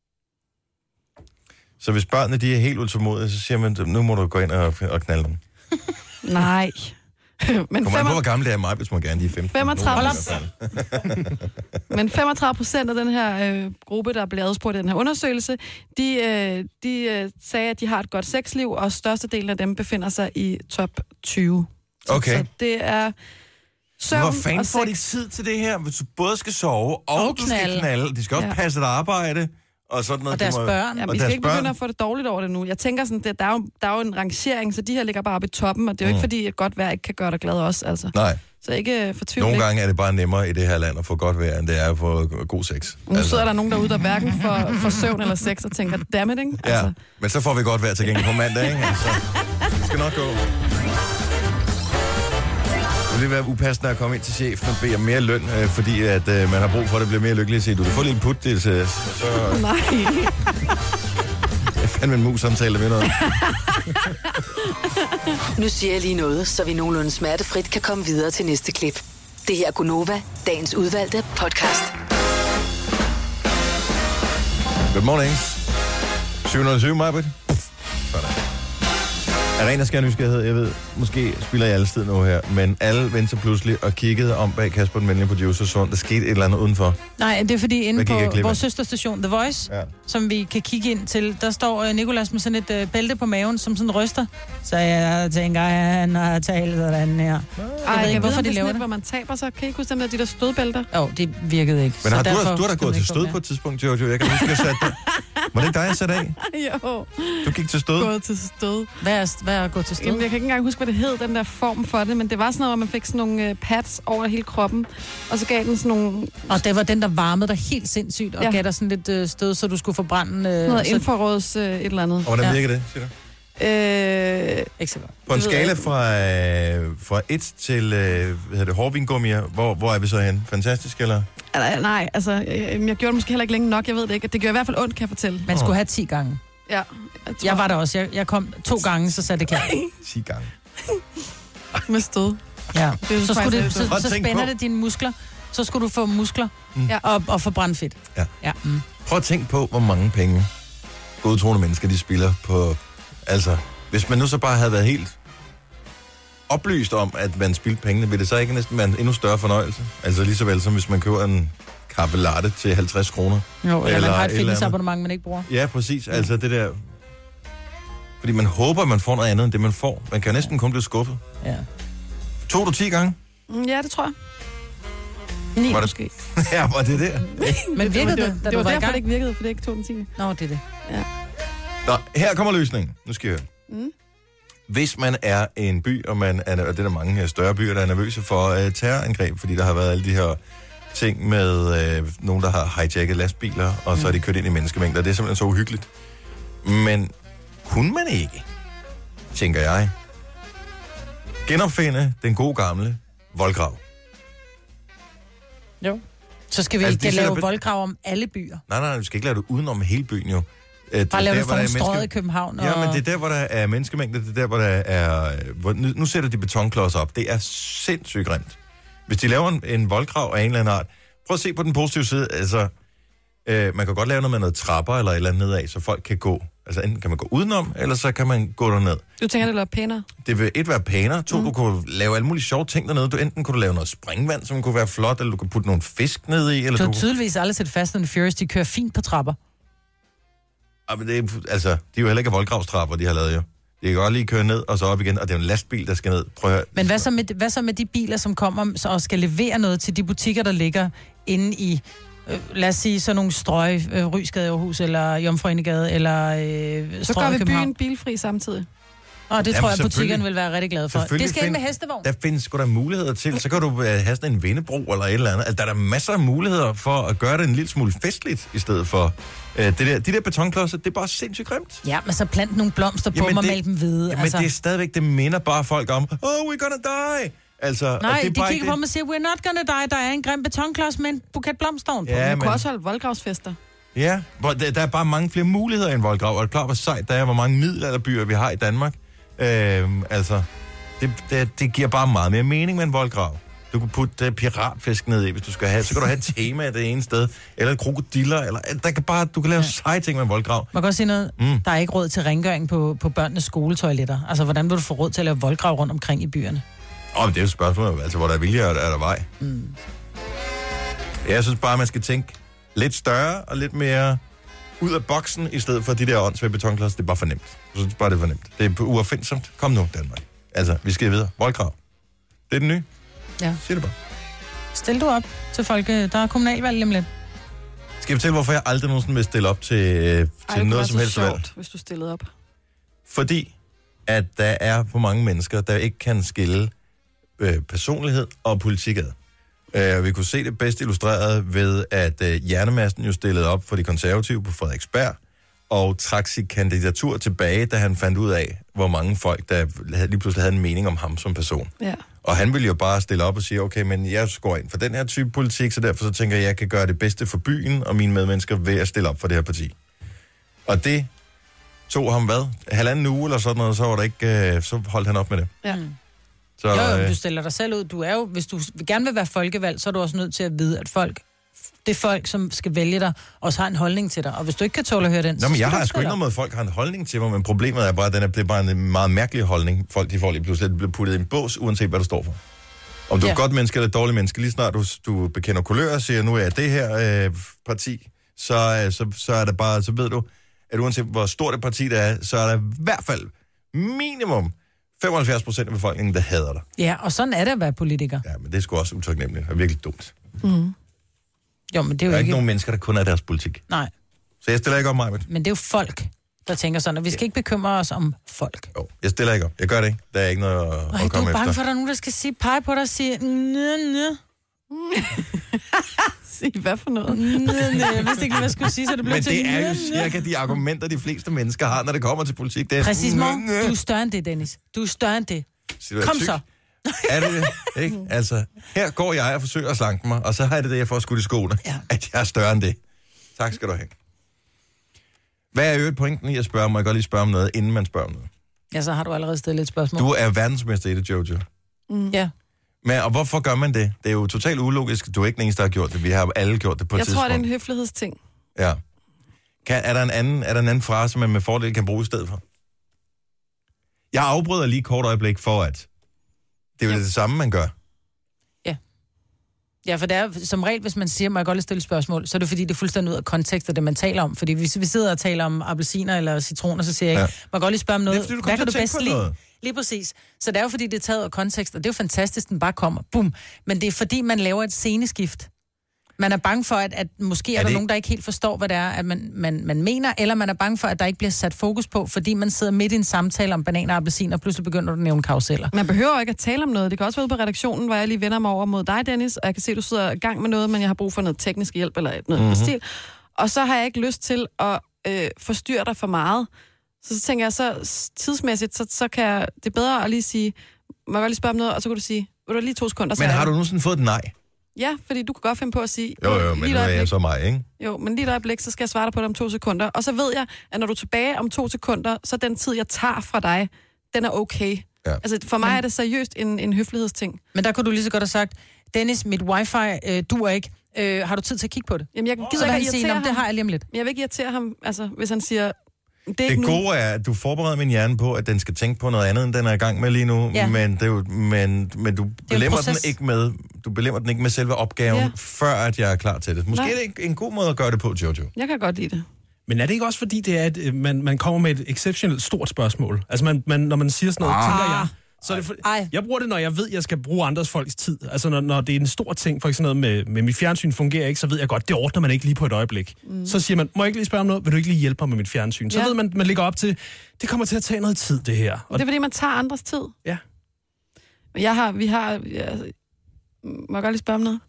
Så hvis børnene de er helt utålmodige, så siger man, nu må du gå ind og knalde dem. Nej. Men Kommer an på, hvor gammel det er mig, hvis man gerne de er 15. 35. Nogen i hvert fald. Men 35% af den her gruppe, der blev adspurgt i den her undersøgelse, de sagde, at de har et godt sexliv, og størstedelen af dem befinder sig i top 20. Okay. Så det er søvn Hvor fanden og får de sex. tid til det her, hvis du både skal sove og du skal knalde. knalde? De skal også passe et arbejde og sådan noget. Og deres De må- børn. Ja, og vi skal deres ikke begynde børn. at få det dårligt over det nu. Jeg tænker sådan, der er jo en rangering, så de her ligger bare oppe i toppen, og det er jo ikke fordi, et godt vejr ikke kan gøre dig glad også. Altså. Nej, Så ikke fortvivl. nogle gange er det bare nemmere i det her land at få godt vejr, end det er at få god sex. Nu sidder der nogen derude, der hverken for søvn eller sex, og tænker, dammit, ikke? Ja, men så får vi godt vejr til gengæld på mandag, ikke? Altså, det skal nok gå. Det vil være upassende at komme ind til chefen og bede om mere løn, fordi at man har brug for, at det bliver mere lykkeligt. Så du kan få lidt put, det, så Nej. jeg fandme en mus-samtale med noget. Nu siger jeg lige noget, så vi nogenlunde smertefrit kan komme videre til næste klip. Det her er Gunova, dagens udvalgte podcast. Good morning. 707, Majbrit. Sådan. Af ren og skær nysgerrighed, jeg ved, måske spiller jeg alle tid nu her, men alle vendte sig pludselig og kiggede om bag Kasper, den venlige producer, så der skete et eller andet udenfor. Nej, det er fordi inde Hvad gik jeg på glip af? vores søsterstation The Voice, Ja. som vi kan kigge ind til, der står Nicolas med sådan et bælte på maven, som sådan ryster. Så jeg tænker, han har talt sådan her. Ej, ikke, jeg hvorfor ved, de det laver lidt, det. hvor man taber sig. Kan I ikke huske dem der, de der stødbælter? Jo, det virkede ikke. Men så har derfor du har da skulle gået den til ikke gå stød med. på et tidspunkt, Jojo? Jeg kan huske, jeg satte dig. Var det ikke dig, jeg satte af? Jo, Du gik til stød? gået til stød. Hvad er at gå til Jamen, stød? jeg kan ikke engang huske, hvad det hed, den der form for det, men det var sådan noget, hvor man fik sådan nogle pads over hele kroppen, og så gav den sådan nogle Og det var den, der varmede dig helt sindssygt, og Ja. gav dig sådan lidt stød, så du skulle forbrænde... noget så... infraråds et eller andet. Og hvordan Ja. virker det, siger du? Ikke så godt. På en Det ved jeg skala fra 1 til hårvingummier, hvor er vi så hen? Fantastisk, eller? Nej, altså, jeg gjorde det måske heller ikke længe nok, jeg ved det ikke. Det gjorde i hvert fald ondt, kan jeg fortælle. Man skulle have 10 gange. Ja, Jeg var der også. Jeg kom 2 gange, så satte det kald. 10 gange. med stød. Ja. Det er Så, faktisk skulle lidt det, Prøv så at tænke spænder på- det dine muskler. Så skulle du få muskler Ja. og forbrænde fedt. Ja. Ja. Mm. Prøv at tænke på, hvor mange penge godtroende mennesker, de spiller på... Altså, hvis man nu så bare havde været helt oplyst om, at man spildte pengene, ville det så ikke næsten være en endnu større fornøjelse? Altså lige så vel som hvis man køber en kaffe latte til 50 kroner. Jo, eller man har et eller fitnessabonnement, man ikke bruger. Ja, præcis. Altså det der... Fordi man håber, at man får noget andet, end det man får. Man kan næsten kun blive skuffet. Ja. Tog du 10 gange? Ja, det tror jeg. 9 Var det- måske. Ja, var det der? Men virkede det, da det du var var i derfor, gang? det ikke virkede, for det ikke tog den 10. Nå, det er det. Nå, her kommer løsningen. Nu skal jeg høre. Hvis man er i en by, og man er, og det er der mange større byer, der er nervøse for terrorangreb, fordi der har været alle de her ting med nogen, der har hijacket lastbiler, og så er de kørt ind i menneskemængder. Det er simpelthen så uhyggeligt. Men kunne man ikke, tænker jeg, genopfinde den gode gamle voldgrav? Jo. Så skal vi Altså, ikke de lave sætter- voldgrav om alle byer. Nej, vi skal ikke lave det udenom hele byen jo. Bare lave det hvor for der en er strøget i København. Ja, men det er der, hvor der er menneskemængder, det er der, hvor der er... Nu sætter de betonklodser op. Det er sindssygt grimt. Hvis de laver en voldgrav af en eller anden art, prøv at se på den positive side. Altså, man kan godt lave noget med noget trapper eller et eller andet nedad, så folk kan gå. Altså, enten kan man gå udenom, eller så kan man gå derned. Du tænker, det er pænere? Det vil være pænere. Du kunne lave alle mulige sjove ting dernede. Enten kunne du lave noget springvand, som kunne være flot, eller du kunne putte nogle fisk ned i. Eller Du har tydeligvis aldrig set Fast and Furious, de kører fint på trapper. Ja, men det er, altså, de er jo heller ikke voldgravstrapper, de har lavet jo. De kan godt lige køre ned og så op igen, og det er jo en lastbil, der skal ned. Prøv at høre. Men hvad så med de biler, som kommer og skal levere noget til de butikker, der ligger inde i, lad os sige, sådan nogle strøg, Rysgade Aarhus, eller Jomfruenegade, eller Så gør Strøget vi København. byen bilfri samtidig. Og det Jamen, tror jeg, selvfølgelig. butikkerne vil være rigtig glade for. Det skal ind med hestevogn. Der findes sgu da muligheder til. Så kan du have sådan en vindebro eller et eller andet. Altså, der er der masser af muligheder for at gøre det en lille smule festligt, i stedet for de der betonklodser. Det er bare sindssygt grimt. Ja, men så plant nogle blomster på Jamen, dem og det- mal dem hvide. Jamen, det er stadigvæk, det minder bare folk om, we're gonna die. Altså, og Nej, det er de bare kigger på mig og siger, we're not gonna die. Der er en grim betonklods med en buket blomster ovenpå. Ja, Man men, kunne også holde voldgravsfester. ja, der er bare mange flere muligheder i en voldgrav. Og det er klart, hvor sejt der er, hvor mange middelalderbyer vi har i Danmark. Altså, det giver bare meget mere mening med en voldgrav. Du kan putte piratfisk ned i, hvis du skal have. Så kan du have et tema det ene sted. Eller krokodiller. Eller, du kan lave seje ting med en voldgrav. Man kan også sige noget, der er ikke råd til rengøring på børnenes skoletoiletter. Altså, hvordan vil du få råd til at lave voldgrav rundt omkring i byerne? Men det er jo et spørgsmål, altså hvor der er vilje, er der vej. Jeg synes bare, man skal tænke lidt større og lidt mere ud af boksen, i stedet for de der åndssvage betonklodser. Det er bare for nemt. Jeg synes bare, det er for nemt. Det er uopfindsomt. Kom nu, Danmark. Altså, vi skal videre. Voldgrav. Det er den nye. Ja. Sig det bare. Stil du op til folk, der er kommunalvalg lige om lidt. Skal jeg fortælle, hvorfor jeg aldrig nogensinde vil stille op til noget som helst valg? Hvis du stillede op. Fordi at der er for mange mennesker, der ikke kan skille personlighed og politik ad. Vi kunne se det bedst illustreret ved, at Hjernemassen jo stillede op for de konservative på Frederiksberg, og trak sit kandidatur tilbage, da han fandt ud af, hvor mange folk, der lige pludselig havde en mening om ham som person. Ja. Og han ville jo bare stille op og sige, okay, men jeg går ind for den her type politik, så derfor så tænker jeg, at jeg kan gøre det bedste for byen og mine medmennesker ved at stille op for det her parti. Og det tog ham hvad? 1,5 uge eller sådan noget, så var der ikke, så holdt han op med det. Ja. Så, Jo, du stiller dig selv ud. Du er jo, hvis du gerne vil være folkevalgt, så er du også nødt til at vide, at det folk, som skal vælge dig, også har en holdning til dig. Og hvis du ikke kan tåle at høre den, Nå, så men skal jeg du har ikke sgu ikke stille noget med, at folk har en holdning til mig, men problemet er bare, at det er bare en meget mærkelig holdning. Folk, de får lige pludselig bliver puttet i en bås, uanset hvad du står for. Om du er et godt menneske eller et dårligt menneske, lige snart du bekender kulør og siger, nu er jeg det her parti, så er det bare, så ved du, at uanset hvor stort et parti det er, så er der i hvert fald minimum 75% af befolkningen, der hader dig. Ja, og sådan er det at være politiker. Ja, men det er sgu også utaknemmeligt og virkelig dumt. Jo, men det er Der jo er ikke ikke... nogen mennesker, der kun er deres politik. Nej, Så jeg stiller ikke op, Majbert. men det er jo folk, der tænker sådan, og vi skal ikke bekymre os om folk. Jo, jeg stiller ikke op. Jeg gør det ikke. Der er ikke noget at Ej, du komme er bange efter. for, at der er nogen, der skal sige pege på dig og sige, nø. Sig, hvad for noget? Jeg vidste ikke, hvad jeg skulle sige, så det blev Men til det er jo nø. cirka de argumenter, de fleste mennesker har, når det kommer til politik. Det er Præcis, mor. Du er større end det, Dennis. Du er større end det. Siger du, Kom tyk? så. Er det det? Ikke? Altså, her går jeg og forsøger at slanke mig, og så har jeg det, jeg får skudt i skoene, Ja. at jeg er større end det. Tak skal du have. Hvad er øvrigt pointen i at spørge? Må jeg godt lige spørge om noget, inden man spørger om noget? Ja, så har du allerede stillet et spørgsmål. Du er verdensmester i det, Jojo. Ja. Men, og hvorfor gør man det? Det er jo totalt ulogisk. Du er ikke den eneste, der har gjort det. Vi har alle gjort det på et Jeg tidspunkt. tror, det er en høflighedsting. Ja. Er der en anden frase, man med fordel kan bruge i stedet for? Jeg afbryder lige et kort øjeblik for, at det er jo det samme, man gør. Ja, for det er som regel, hvis man siger, må jeg godt lige stille spørgsmål, så er det fordi, det er fuldstændig ud af kontekst af det, man taler om. Fordi hvis vi sidder og taler om appelsiner eller citroner, så siger jeg ikke, må jeg godt lige spørge om noget. Det er, fordi, hvad kan du bedst lide? Lige præcis. Så det er jo fordi, det er taget af kontekst, og det er jo fantastisk, den bare kommer. Bum. Men det er fordi, man laver et sceneskift. Man er bange for, at måske er der nogen, der ikke helt forstår, hvad det er, at man mener, eller man er bange for, at der ikke bliver sat fokus på, fordi man sidder midt i en samtale om bananer og appelsiner, og pludselig begynder du at nævne karruseller. Man behøver ikke at tale om noget. Det kan også være ude på redaktionen, hvor jeg lige vender mig over mod dig, Dennis, og jeg kan se, at du sidder i gang med noget, men jeg har brug for noget teknisk hjælp eller noget stil. Og så har jeg ikke lyst til at forstyrre dig for meget. Så tænker jeg, så tidsmæssigt, så kan jeg, det er bedre at lige sige, må jeg godt lige spørge om noget, og så kan du sige, vil du lige 2 sekunder? Men har du nogensinde fået et nej? Ja, fordi du kan godt finde på at sige... Jo, men nu er jeg så mig, ikke? Jo, men lige et øjeblik, så skal jeg svare dig på det om 2 sekunder. Og så ved jeg, at når du er tilbage om 2 sekunder, så den tid, jeg tager fra dig, den er okay. Ja. Altså, for mig er det seriøst en høflighedsting. Men der kunne du lige så godt have sagt, Dennis, mit wifi duer ikke. Har du tid til at kigge på det? Jamen, jeg gider ikke irritere ham. Det har jeg lige om lidt. Men jeg vil ikke irritere ham, altså, hvis han siger... Det gode er, at du forbereder min hjerne på, at den skal tænke på noget andet, end den er i gang med lige nu, ja. men du belemmer den ikke med selve opgaven, før at jeg er klar til det. Måske er det en god måde at gøre det på, Jojo. Jeg kan godt lide det. Men er det ikke også fordi, det er, at man kommer med et exceptionelt stort spørgsmål? Altså, når man siger sådan noget, tænker jeg... Så er det jeg bruger det, når jeg ved, at jeg skal bruge andres folks tid. Altså, når det er en stor ting, for eksempel noget med mit fjernsyn fungerer ikke, så ved jeg godt, det ordner man ikke lige på et øjeblik. Så siger man, må jeg ikke lige spørge om noget? Vil du ikke lige hjælpe mig med mit fjernsyn? Så ved man ligger op til, det kommer til at tage noget tid, det her. Og det er, fordi man tager andres tid? Ja. Må jeg godt lige spørge om noget?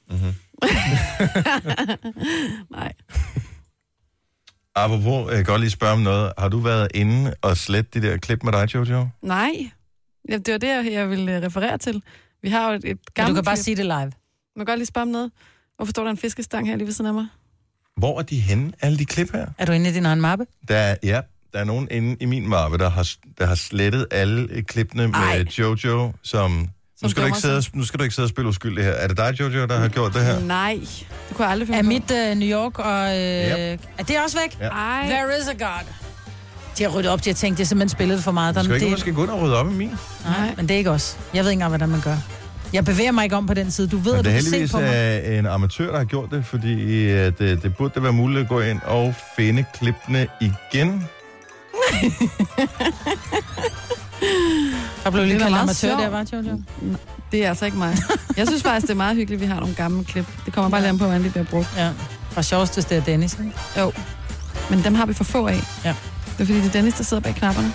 Nej. Apropos, jeg kan godt lige spørge om noget. Har du været inde og slet de der klip med dig, Jojo? Nej. Ja, det var det, jeg ville referere til. Vi har jo et gammelt klip. Du kan bare klip. sige det live. Må jeg godt lige spørge om noget? Hvorfor står der en fiskestang her lige ved siden af mig? Hvor er de henne, alle de klip her? Er du inde i din egen mappe? Der er nogen inde i min mappe, der har slettet alle klippene med Jojo, som nu skal du ikke sidde og spille uskyldig her. Er det dig, Jojo, der har gjort det her? Nej, det kunne jeg aldrig finde på. Er mit New York og... Er det også væk? Ja. There is a God. De har ryddet op, de har tænkt, det er simpelthen spillet for meget. Du skal ikke måske gå ind og rydde op i min? Nej, men det er ikke os. Jeg ved ikke engang, hvordan man gør. Jeg bevæger mig ikke om på den side. Du ved, at du kan se på mig. Det er heldigvis en amatør, der har gjort det, fordi det burde være muligt at gå ind og finde klippene igen. Der blev lige kaldt amatør der, var Jojo? Det er altså ikke mig. Jeg synes faktisk, det er meget hyggeligt, at vi har nogle gamle klip. Det kommer bare lidt på, hvordan de bliver brugt. Ja. Og sjovest, hvis det er Dennis, ikke? Jo. Men dem har vi for få af. Ja. Det er fordi, det er Dennis, der sidder bag knapperne.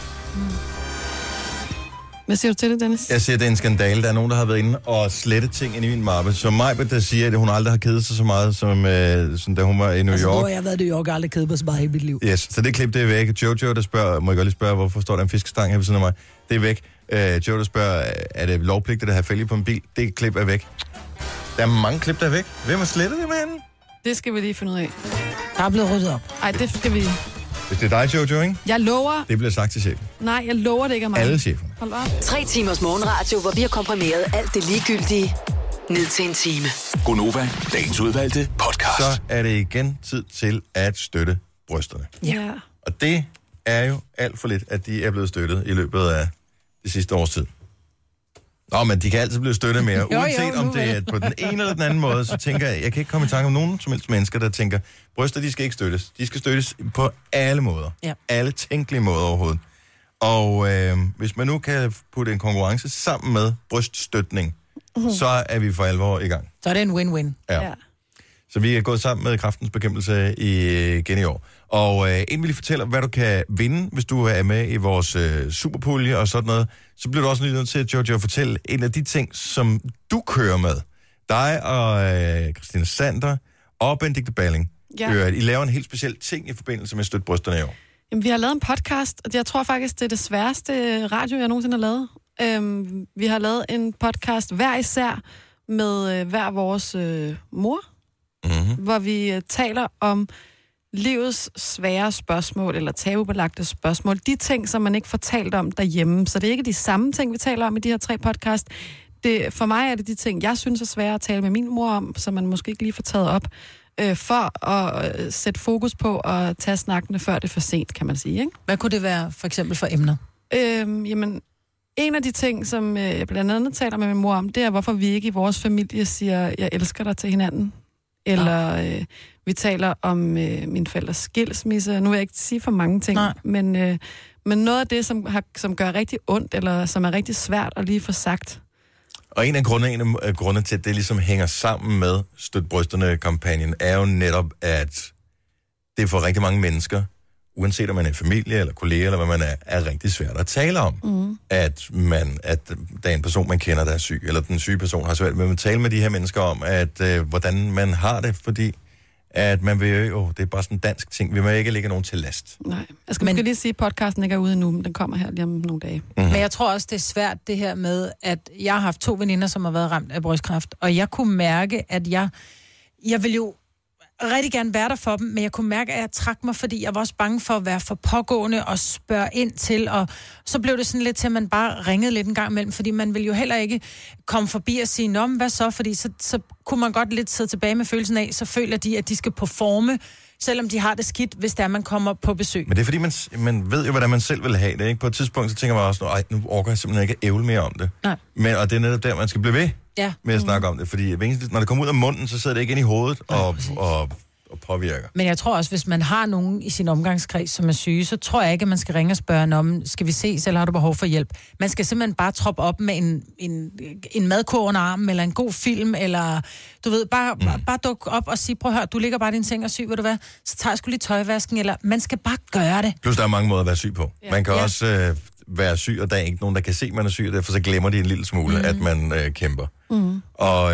Hvad siger du til det, Dennis? Jeg siger, det er en skandale. Der er nogen, der har været inde og slettet ting ind i min mappe. Så Majbert, der siger, at hun aldrig har kedet sig så meget, som da hun var i New York. Altså, jeg har været i New York og aldrig kedet mig så meget i mit liv. Yes, så det klip, det er væk. Jojo, der spørger, må jeg godt lige spørge, hvorfor står der en fiskestang her ved siden af mig? Det er væk. Jojo, der spørger, er det lovpligtigt at have fælge på en bil? Det klip er væk. Der er mange klip, der er væk. Hvem har slettet det med hende? Det skal vi lige finde ud af. Der er blevet ryddet op. Ej, det skal vi... Hvis det er dig, Jojo, ikke? Jeg lover... Det bliver sagt til chefen. Nej, jeg lover det ikke af mig. Alle cheferne. Hold op. 3 timers morgenradio, hvor vi har komprimeret alt det ligegyldige ned til en time. Gonova, dagens udvalgte podcast. Så er det igen tid til at støtte brysterne. Ja. Og det er jo alt for lidt, at de er blevet støttet i løbet af det sidste års tid. Nå, men de kan altid blive støttet mere. Uanset om det er på den ene eller den anden måde, så tænker jeg kan ikke komme i tanke om nogen som helst mennesker, der tænker, bryster, de skal ikke støttes. De skal støttes på alle måder. Ja. Alle tænkelige måder overhovedet. Og hvis man nu kan putte en konkurrence sammen med bryststøtning, så er vi for alvor i gang. Så er det en win-win. Ja. Så vi er gået sammen med Kræftens Bekæmpelse igen i år. Og inden vi lige fortæller, hvad du kan vinde, hvis du er med i vores superpulje og sådan noget, så bliver du også lige nødt til, Jojo, at fortælle en af de ting, som du kører med. Dig og Christina Sander og Benedikte Balling. Ja. I laver en helt speciel ting i forbindelse med Støt Brysterne i år. Jamen, vi har lavet en podcast, og jeg tror faktisk, det er det sværeste radio, jeg nogensinde har lavet. Vi har lavet en podcast hver især med hver vores mor, hvor vi taler om livets svære spørgsmål, eller tabubelagte spørgsmål. De ting, som man ikke får talt om derhjemme. Så det er ikke de samme ting, vi taler om i de her 3 podcast. For mig er det de ting, jeg synes er svære at tale med min mor om, som man måske ikke lige får taget op. for at sætte fokus på at tage snakkene, før det er for sent, kan man sige. Ikke? Hvad kunne det være for eksempel for emner? Jamen, en af de ting, som jeg blandt andet taler med min mor om, det er, hvorfor vi ikke i vores familie siger, jeg elsker dig til hinanden. Eller vi taler om min forældres skilsmisse. Nu vil jeg ikke sige for mange ting, men noget af det, som gør rigtig ondt, eller som er rigtig svært at lige få sagt. Og en af grundene til, at det ligesom hænger sammen med Støt Brysterne-kampagnen, er jo netop, at det for rigtig mange mennesker, uanset om man er familie eller kollega eller hvad man er rigtig svært at tale om. At der er en person, man kender, der er syg, eller den syge person har svært med at tale med de her mennesker om, at hvordan man har det, fordi at man vil jo, det er bare sådan en dansk ting, vi må ikke lægge nogen til last. Nej, jeg skal lige sige, at podcasten ikke er ude endnu, men den kommer her lige om nogle dage. Men jeg tror også, det er svært det her med, at jeg har haft 2 veninder, som har været ramt af brystkræft, og jeg kunne mærke, at jeg vil jo rigtig gerne være der for dem, men jeg kunne mærke, at jeg trak mig, fordi jeg var også bange for at være for pågående og spørge ind til, og så blev det sådan lidt til, at man bare ringede lidt en gang imellem, fordi man ville jo heller ikke komme forbi og sige, nå, hvad så? Fordi så kunne man godt lidt sidde tilbage med følelsen af, så føler de, at de skal performe, selvom de har det skidt, hvis der man kommer på besøg. Men det er fordi, man ved jo, hvordan man selv vil have det, ikke? På et tidspunkt, så tænker man også, nu orker jeg simpelthen ikke at ævle mere om det. Nej. Og det er netop der, man skal blive ved med at snakke om det, fordi når det kommer ud af munden, så sidder det ikke ind i hovedet og påvirker. Men jeg tror også, hvis man har nogen i sin omgangskreds, som er syge, så tror jeg ikke, at man skal ringe og spørge om, skal vi ses, eller har du behov for hjælp? Man skal simpelthen bare troppe op med en madkurv under armen, eller en god film, eller du ved, bare dukke op og sige, prøv at høre, du ligger bare i din seng og er syg, ved du hvad? Så tager jeg sgu lige tøjvasken, eller man skal bare gøre det. Plus der er mange måder at være syg på. Man kan også være syg, og der er ikke nogen, der kan se, at man er syg, og derfor så glemmer de en lille smule, at man kæmper. Og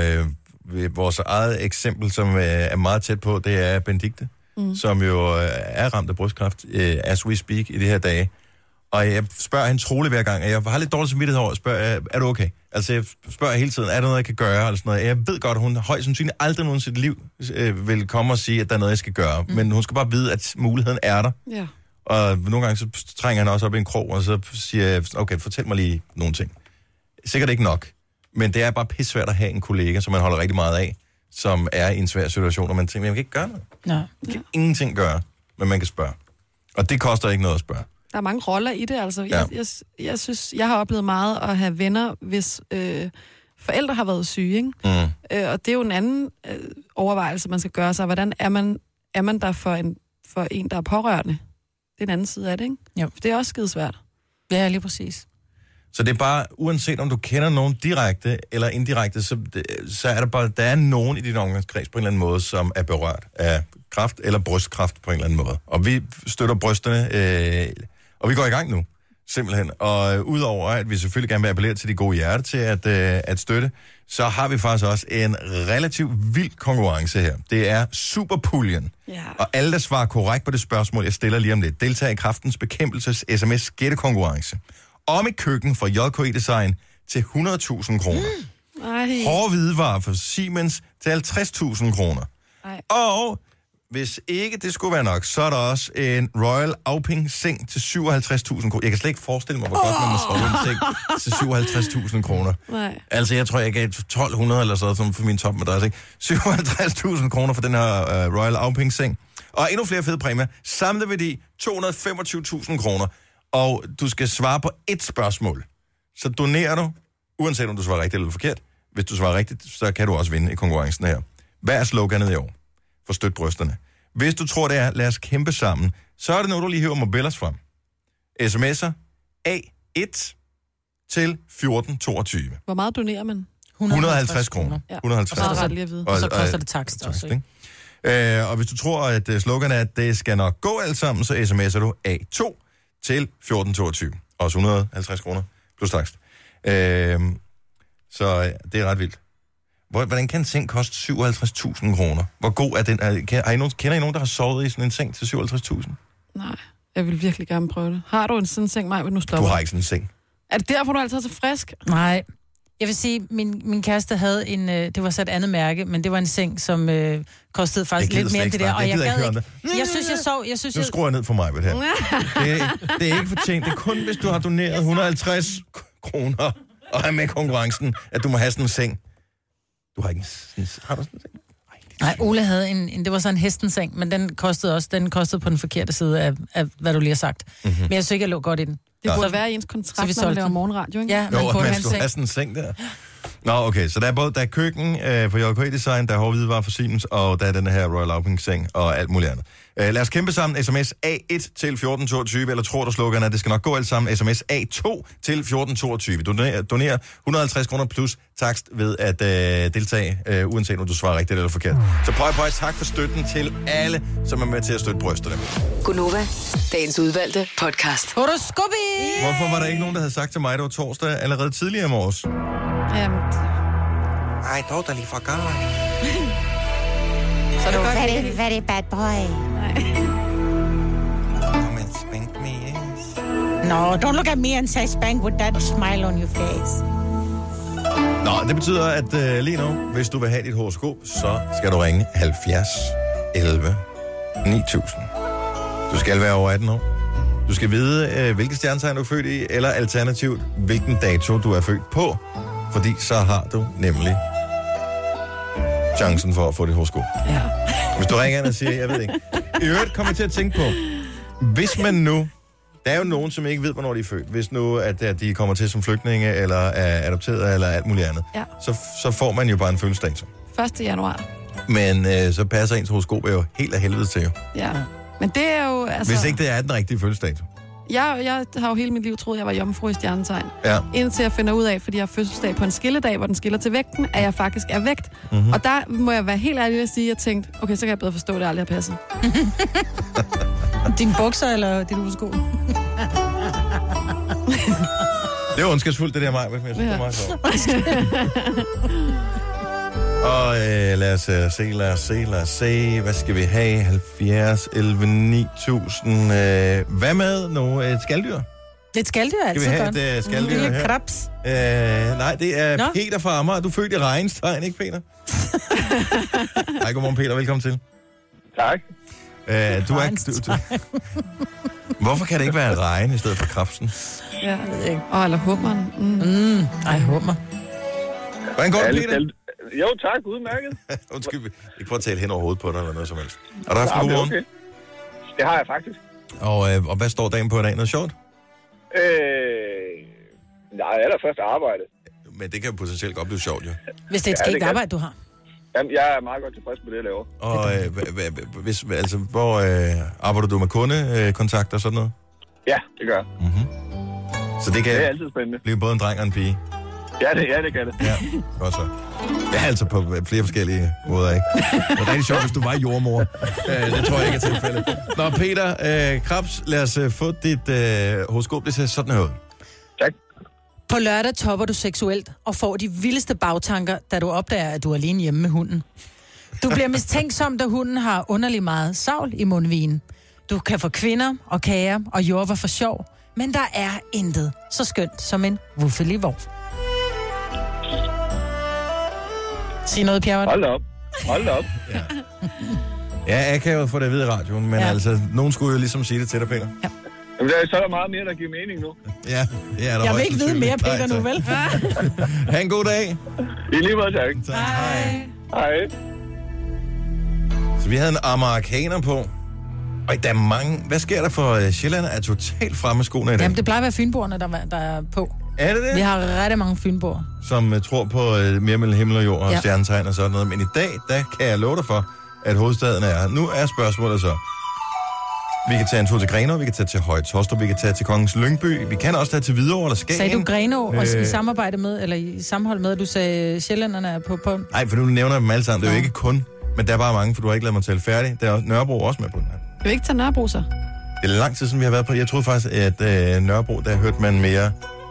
vores eget eksempel, som er meget tæt på, det er Benedikte, som jo er ramt af brystkræft, as we speak, i de her dage. Og jeg spørger hende troligt hver gang, og jeg har lidt dårligt samvittighed over at spørge, er du okay? Altså jeg spørger hele tiden, er der noget, jeg kan gøre? Eller sådan noget. Jeg ved godt, at hun højst sandsynligt aldrig nogen i sit liv vil komme og sige, at der er noget, jeg skal gøre. Men hun skal bare vide, at muligheden er der. Ja. Og nogle gange så trænger han også op i en krog, og så siger jeg, okay, fortæl mig lige nogle ting. Sikkert ikke nok. Men det er bare pissvært at have en kollega, som man holder rigtig meget af, som er i en svær situation, og man tænker, man kan ikke gøre noget. Man kan ingenting gøre, men man kan spørge. Og det koster ikke noget at spørge. Der er mange roller i det, altså. Jeg synes, jeg har oplevet meget at have venner, hvis forældre har været syge, ikke? Og det er jo en anden overvejelse, man skal gøre sig. Hvordan er man der for en, der er pårørende? Det er en anden side af det, ikke? Jo. Det er også skidesvært. Ja, lige præcis. Så det er bare, uanset om du kender nogen direkte eller indirekte, så er der er nogen i din omgangskreds på en eller anden måde, som er berørt af kræft eller brystkræft på en eller anden måde. Og vi støtter brysterne, og vi går i gang nu, simpelthen. Og udover at vi selvfølgelig gerne vil appellere til de gode hjerter til at støtte, så har vi faktisk også en relativt vild konkurrence her. Det er Superpuljen. Yeah. Og alle, der svarer korrekt på det spørgsmål, jeg stiller lige om lidt, deltager i Kræftens Bekæmpelses SMS-gættekonkurrence. Om et køkken fra JKE Design til 100.000 kroner. Hårde hvidevarer fra Siemens til 50.000 kroner. Og hvis ikke det skulle være nok, så er der også en Royal Auping-seng til 57.000 kroner. Jeg kan slet ikke forestille mig, hvor godt man må sove en seng til 57.000 kroner. Altså, jeg tror, jeg gav 1.200 eller sådan for min topmadras, ikke? 57.000 kroner for den her Royal Auping-seng. Og endnu flere fede præmier. Samlet værdi 225.000 kroner. Og du skal svare på ét spørgsmål. Så donerer du, uanset om du svarer rigtigt eller forkert. Hvis du svarer rigtigt, så kan du også vinde i konkurrencen her. Hvad er sloganet i år for Støt Brysterne? Hvis du tror, det er, lad os kæmpe sammen, så er det noget, du lige hiver mobilers frem. SMS'er A1 til 1422. Hvor meget donerer man? 150 kroner. Ja. 150. Og så er det lige at vide. Og så koster det takst også, ikke? Og hvis du tror, at sloganet er, at det skal nok gå alt sammen, så sms'er du A2 til 1422. Også 150 kroner plus takst. Så det er ret vildt. Hvordan kan en seng koste 57.000 kroner? Hvor god er den? Kender I nogen, der har sovet i sådan en seng til 57.000? Nej, jeg vil virkelig gerne prøve det. Har du en sådan seng, Maj, vil nu stoppe? Du har ikke sådan en seng. Er det derfor, du altid er så frisk? Nej. Jeg vil sige, min kæreste havde en, det var så et andet mærke, men det var en seng, som kostede faktisk lidt mere end det der. Og jeg gad ikke. Jeg synes, jeg sov. Nu skruer jeg ned for mig, her. Det er ikke fortjent. Det er kun, hvis du har doneret 150 kroner og er med i konkurrencen, at du må have sådan en seng. Du har ikke sådan en seng? Har du sådan en seng? Nej, det Nej, Ole havde det var sådan en hestenseng, men den kostede på den forkerte side af hvad du lige har sagt. Mm-hmm. Men jeg synes ikke, jeg lå godt i den. Det burde være ens kontrakt, når man laver morgenradio, ikke? Ja, man skulle have sådan en seng der. Nå, okay, så der er køkken for JK Design, der er hårde hvidevarer for Siemens, og der er den her Royal Opening-seng og alt muligt andet. Lad os kæmpe sammen. SMS A1 til 1422, eller tror du slukkerne, det skal nok gå alt sammen. SMS A2 til 1422. Doner 150 kroner plus takst ved at deltage, uanset om du svarer rigtigt eller forkert. Så pøj, tak for støtten til alle, som er med til at støtte brysterne. Gunova, dagens udvalgte podcast. Horoskopi! Hvorfor var der ikke nogen, der havde sagt til mig, at det var torsdag allerede tidligere i morges? I totally forgot. Så det var very, very bad boy. Come and spank me, yes. No, don't look at me and say spank with that smile on your face. Nå, det betyder, at lige nu, hvis du vil have dit horoskop, så skal du ringe 70 11 9000. Du skal være over 18 år. Du skal vide, hvilke stjernetegn du er født i, eller alternativt, hvilken dato du er født på. Fordi så har du nemlig chancen for at få dit horoskop. Ja. Hvis du ringer ind og siger, jeg ved ikke. I øvrigt kommer jeg til at tænke på, hvis man nu, der er jo nogen, som ikke ved, hvornår de er født. Hvis nu, at de kommer til som flygtninge, eller er adopteret, eller alt muligt andet, så får man jo bare en fødselsdato. 1. januar. Men så passer ens horoskop jo helt af helvede til jo. Ja, men det er jo... Altså... Hvis ikke det er den rigtige fødselsdato. Jeg har jo hele mit liv troet, jeg var jomfru i stjernetegn. Ja. Indtil jeg finder ud af, fordi jeg har fødselsdag på en skilledag, hvor den skiller til vægten, at jeg faktisk er vægt. Mm-hmm. Og der må jeg være helt ærlig at sige, at jeg tænkte, okay, så kan jeg bedre forstå, at det aldrig har passet. Din bukser eller dit horoskop? Det var ondskabsfuldt, det der mig, men jeg synes, det er meget sjovt. Og lad os se. Hvad skal vi have? 70, 11, 9000. Hvad med nu? Et skalddyr? Et skalddyr er altid godt. Skal vi have et skalddyr her? Krabs. Nej, det er Peter fra Amager. Du er født i regnstegn, ikke Peter? Hej, godmorgen Peter. Velkommen til. Tak. Hvorfor kan det ikke være regn i stedet for krabsen? Ja, jeg ved ikke. Eller hummeren. Hummer. Hvordan går det, Peter? Jo, tak. Udmærket. Undskyld, ikke for at tale hen over hovedet på dig eller noget som helst. Har du haft en god morgen? Okay. Det har jeg faktisk. Og hvad står dagen på i dag? Noget sjovt? Nej, allerførst arbejde. Men det kan jo potentielt godt blive sjovt, jo. Hvis det er et skægt arbejde, du har. Jamen, jeg er meget godt tilfreds med det, jeg laver. Og hvor arbejder du med kundekontakt og sådan noget? Ja, det gør jeg. Mm-hmm. Så det kan det er altid spændende. Blive både en dreng og en pige? Ja, det kan det. Ja, godt så. Jeg er altså på flere forskellige måder, ikke? Det er rigtig sjovt, hvis du var jordmor. Det tror jeg ikke er tilfældet. Nå, Peter Krabs, lad os få dit horoskop. Det ser sådan her ud. Tak. På lørdag topper du seksuelt og får de vildeste bagtanker, da du opdager, at du er alene hjemme med hunden. Du bliver mistænksom, da hunden har underlig meget savl i mundvigen. Du kan få kvinder og kager og jordver for sjov, men der er intet så skønt som en vuffelig vogn. Sig noget, Pierre. Hold da op. Ja, jeg kan jo få det at vide i radioen, men altså, nogen skulle jo ligesom sige det til dig, Peter. Ja. Jamen, så er der meget mere, der giver mening nu. Ja, det er der. Jeg vil ikke vide mere, Peter, nu, vel? Ha' en god dag. I lige måde, tak. Hej. Så vi havde en amerikaner på. Og der er mange... Hvad sker der for Sjælland? Er totalt fremme skoene i dag? Jamen, det plejer at være fynboerne, der er på. Er det det? Vi har rigtig mange fynboer. Som tror på mere mellem himmel og jord og stjernetegn og sådan noget. Men i dag, der kan jeg love dig for, at hovedstaden er... Nu er spørgsmålet så... Vi kan tage en tur til Grenaa, vi kan tage til Høje Taastrup, vi kan tage til Kongens Lyngby, vi kan også tage til Hvidovre eller Skagen. Sagde du Grenaa også i samarbejde med, eller i sammenhold med, at du sagde sjællænderne er på? Nej, for nu nævner jeg dem alle sammen. Det er jo ikke kun, men der er bare mange, for du har ikke ladet mig tale færdig. Der er Nørrebro også med på den her. Kan vi ikke tage Nørrebro så? Det er lang tid siden, vi har været på. Jeg troede faktisk, at Nørrebro, der hørte man mere...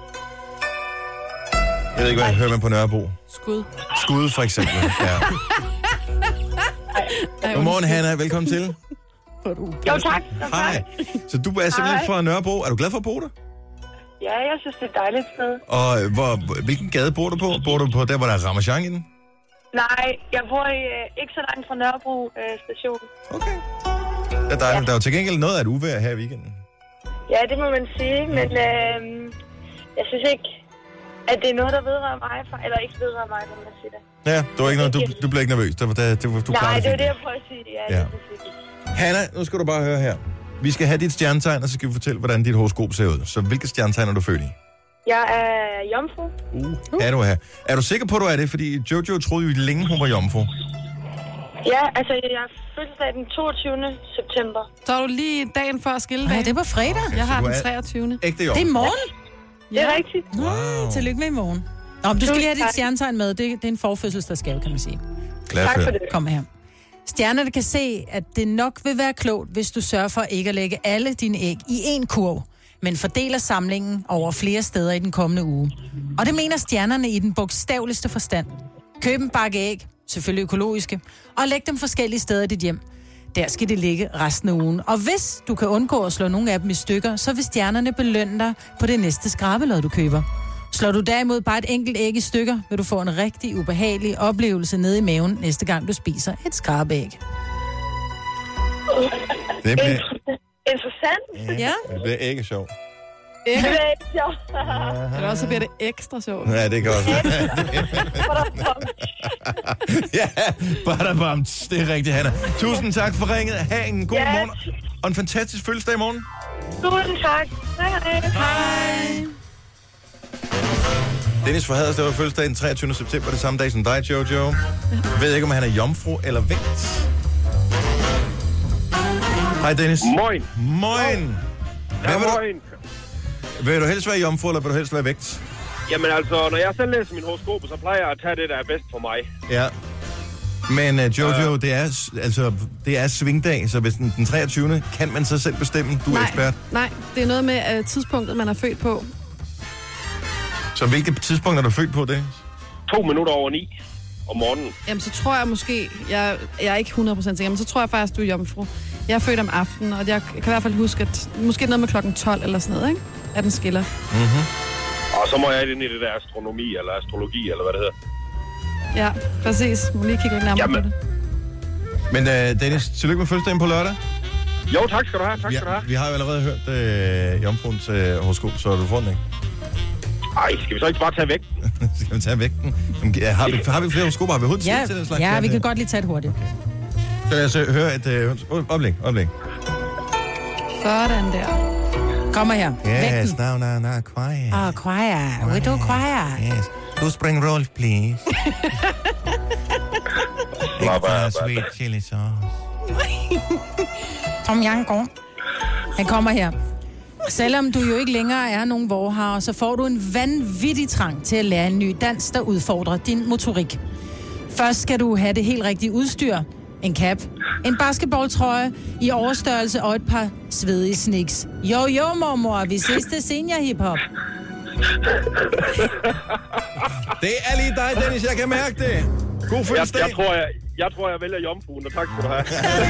Jeg ved ikke, hvad hører man på Nørrebro? Skud, for eksempel. Ja. Godmorgen, Hanna. Velkommen til. Jo, tak. Hej. Så du er simpelthen fra Nørrebro. Er du glad for at bo der? Ja, jeg synes, det er et dejligt sted. Og hvilken gade bor du på? Bor du på der, hvor der er Ramachan i den? Nej, jeg bor ikke så langt fra Nørrebro station. Okay. Det er dejligt. Ja. Der er jo til gengæld noget af et uvejr her i weekenden. Ja, det må man sige, men jeg synes ikke... At det er noget, der vedrører mig, eller ikke vedrører mig, når man siger det. Ja, det var ikke noget, du blev ikke nervøs. Du Nej, klarede det er det, jeg prøver at sige. Ja. Hanna, nu skal du bare høre her. Vi skal have dit stjernetegn, og så skal vi fortælle, hvordan dit horoskop ser ud. Så hvilke stjernetegn er du født i? Jeg er jomfru. Er du her? Er du sikker på, at du er det? Fordi Jojo troede jo længe, hun var jomfru. Ja, altså jeg er fødselsdag den 22. september. Så er du lige dagen før skilledagen. Nej, det var fredag. Okay, Jeg har så den du er 23. Ægte Det jomfru. er i morgen. Det er rigtigt. Wow. Tillykke med i morgen. Nå, men du skal lige have dit stjernetegn med. Det er en forfødselsdagsgave, kan man sige. Lad os Tak for høre. det. Kom her. Stjernerne kan se, at det nok vil være klogt, hvis du sørger for ikke at lægge alle dine æg i én kurv, men fordeler samlingen over flere steder i den kommende uge. Og det mener stjernerne i den bogstaveligste forstand. Køb en bakke æg, selvfølgelig økologiske, og læg dem forskellige steder i dit hjem. Der skal det ligge resten af ugen. Og hvis du kan undgå at slå nogle af dem i stykker, så vil stjernerne belønne dig på det næste skrabelod, du køber. Slår du derimod bare et enkelt æg i stykker, vil du få en rigtig ubehagelig oplevelse nede i maven, næste gang du spiser et skrabæg. Det bliver, Interessant. Ja. det bliver ikke sjovt. Det er ikke sjovt. Eller også bliver det ekstra sjovt. Ja, det kan også være. Ja, badabams. Det er rigtigt, Hanna. Tusind tak for ringet. Ha' en god morgen. Og en fantastisk fødselsdag i morgen. Tusind tak. Hej. Dennis fra Haderslev har fødselsdag den 23. september, det samme dag som dig, Jojo. Jeg ved ikke, om han er jomfru eller vægt. Hej, Dennis. Moin. Moin. Ja, moin. Vil du helst være jomfru, eller vil du helst være vægt? Jamen altså, når jeg selv læser min horoskop, så plejer jeg at tage det, der er bedst for mig. Ja. Men Jojo, det er svingdag, så hvis den 23. kan man så selv bestemme, du er ekspert. Nej, det er noget med tidspunktet, man er født på. Så hvilket tidspunkt er du født på, det? 2 minutter over 9 om morgenen. Jamen, så tror jeg måske, jeg er ikke 100% sikker, men så tror jeg faktisk, du er jomfru. Jeg er født om aftenen, og jeg kan i hvert fald huske, at måske noget med klokken 12 eller sådan noget, ikke? At den skiller. Mm-hmm. Og så må jeg ind i det der astronomi, eller astrologi, eller hvad det hedder. Ja, præcis. Må lige kigge lidt nærmere på det. Men Dennis, tillykke med fødselsdagen på lørdag. Jo, tak skal du have. Tak skal du have. Vi har jo allerede hørt jomfruens horoskop, så du får den ikke. Ej, skal vi så ikke bare tage væk? Skal vi tage vægten? Har vi flere horoskoper? Har vi overhovedet tid til den slags? Ja, vi kan godt lige tage det hurtigt. Okay. Så jeg så høre et oplæg. Sådan der. Kommer her. Yes, Vægten. now, quiet. Quiet. We do quiet. Yes. Do spring roll, please. Extra sweet chili sauce. Tom Janko. Han kommer her. Selvom du jo ikke længere er nogen vorhaver, så får du en vanvittig trang til at lære en ny dans, der udfordrer din motorik. Først skal du have det helt rigtige udstyr. En cap, en basketballtrøje i overstørrelse og et par svedige sneaks. Jo, mormor, vi ses til senior hiphop. Det er lige dig, Dennis. Jeg kan mærke det. God fødselsdag. Jeg tror, jeg vælger jomfruen, og tak skal du have.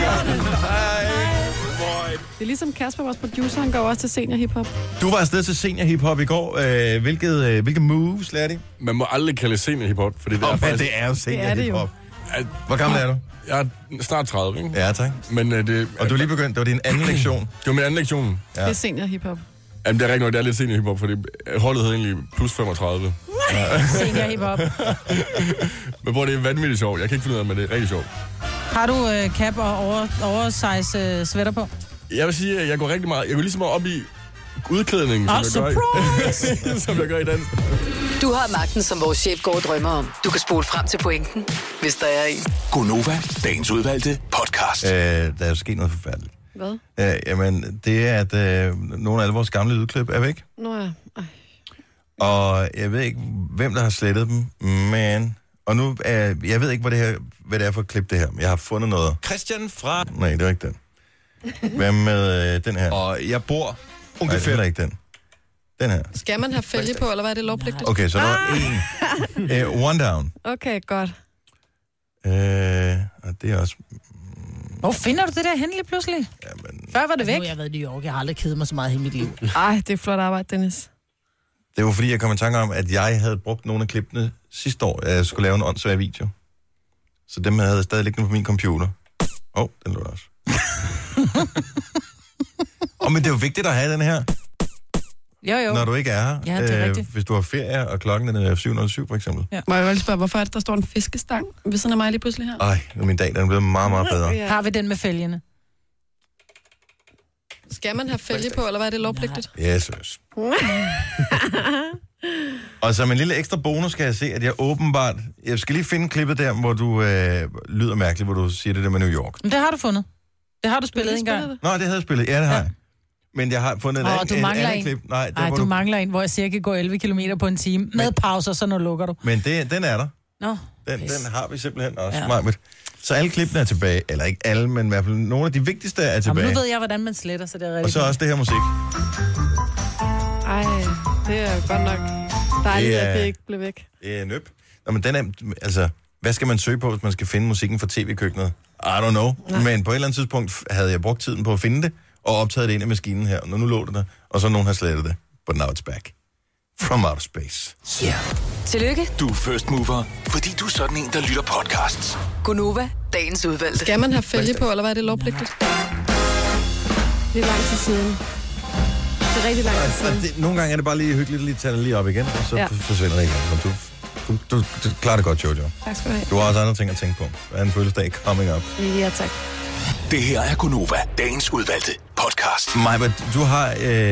Det er ligesom Kasper, vores producer, han går også til senior hiphop. Du var afsted til senior hiphop i går. Hvilke moves lærte I? Man må aldrig kalde senior hiphop, fordi det er faktisk... det er jo senior det hiphop. Hvor gammel er du? Jeg er snart 30, ikke? Ja, tak. Men, og du er lige begyndt. Det var din anden lektion. Det var min anden lektion. Ja. Det er senior hiphop. Jamen, det er rigtig nok, det er lidt senior hiphop, fordi holdet hed egentlig plus 35. Senior hiphop. Men hvor det er vanvittigt sjovt. Jeg kan ikke finde ud af, men det er rigtig sjovt. Har du cap og oversize sweater på? Jeg vil sige, at jeg går rigtig meget... Jeg går ligesom op i udklædningen, som jeg gør i dans. Du har magten, som vores chef går og drømmer om. Du kan spole frem til pointen, hvis der er en. Gonova, dagens udvalgte podcast. Der er jo sket noget forfærdeligt. Hvad? Jamen, det er, at nogle af alle vores gamle lydklip er væk. Nå ja. Og jeg ved ikke, hvem der har slettet dem, men... Og nu, jeg ved ikke, hvad det er for et klip, det her. Jeg har fundet noget. Christian fra... Nej, det er ikke den. Hvad med den her? Og jeg bor ungefær... Nej, det er ikke den. Den her. Skal man have fælge på, eller hvad er det lovpligtigt? Okay, så der var en. One down. Okay, godt. Og det er også... Hvor finder du det der hen lige pludselig? Jamen... Før var det væk. Nu har jeg været i New York. Jeg har aldrig kedet mig så meget i mit liv. Ej, det er flot arbejde, Dennis. Det var fordi, jeg kom i tanke om, at jeg havde brugt nogle af klippene sidste år, at jeg skulle lave en åndssvær video. Så dem havde jeg stadig liggende på min computer. Den lå der også. Men det er jo vigtigt at have den her. Jo. når du ikke er her. Ja, det er rigtigt. Hvis du har ferie, og klokken er 7.07 for eksempel. Ja. Må jeg lige spørge, hvorfor er det, der står en fiskestang ved siden af mig lige pludselig her? Ej, min dag den er blevet meget, meget bedre. Ja. Har vi den med fælgene? Skal man have fælge på, eller hvad er det lovpligtigt? Jesus. Og som en lille ekstra bonus skal jeg se, at jeg åbenbart... Jeg skal lige finde klippet der, hvor du lyder mærkeligt, hvor du siger det der med New York. Men det har du fundet. Det har du spillet engang. Nå, det havde jeg spillet. Ja, det har jeg. Men jeg har fundet en anden klip. Nej, du mangler en, hvor jeg cirka går 11 kilometer på en time. Med pauser, så nu lukker du. Men den er der. Nå. Den har vi simpelthen også. Ja. Så alle klippene er tilbage. Eller ikke alle, men i hvert fald nogle af de vigtigste er tilbage. Jamen, nu ved jeg, hvordan man sletter, så det er rigtig. Og så også det her musik. Ej, det er godt nok dejligt, at det ikke blev væk. Det er nøb. Nå, men den er, altså, hvad skal man søge på, hvis man skal finde musikken fra tv-køkkenet? I don't know. Nej. Men på et eller andet tidspunkt havde jeg brugt tiden på at finde det, og optaget det ind i maskinen her. Og nu lå det der, og så nogen har slettet det. But now it's back. From outer space. Yeah. Tillykke. Du er first mover, fordi du er sådan en, der lytter podcasts. Gunova, dagens udvalgte. Skal man have fælge på, eller hvad er det lovpligtigt? Det er lang tid siden. Det er rigtig lang tid siden. Nogle gange er det bare lige hyggeligt at lige tage det lige op igen, og så forsvinder det igen. Du klarer det godt, Jojo. Tak skal du have. Du har også andre ting at tænke på. Hvad er en fødselsdag coming up? Ja, tak. Det her er Gunova, dagens udvalgte podcast. Maja, du har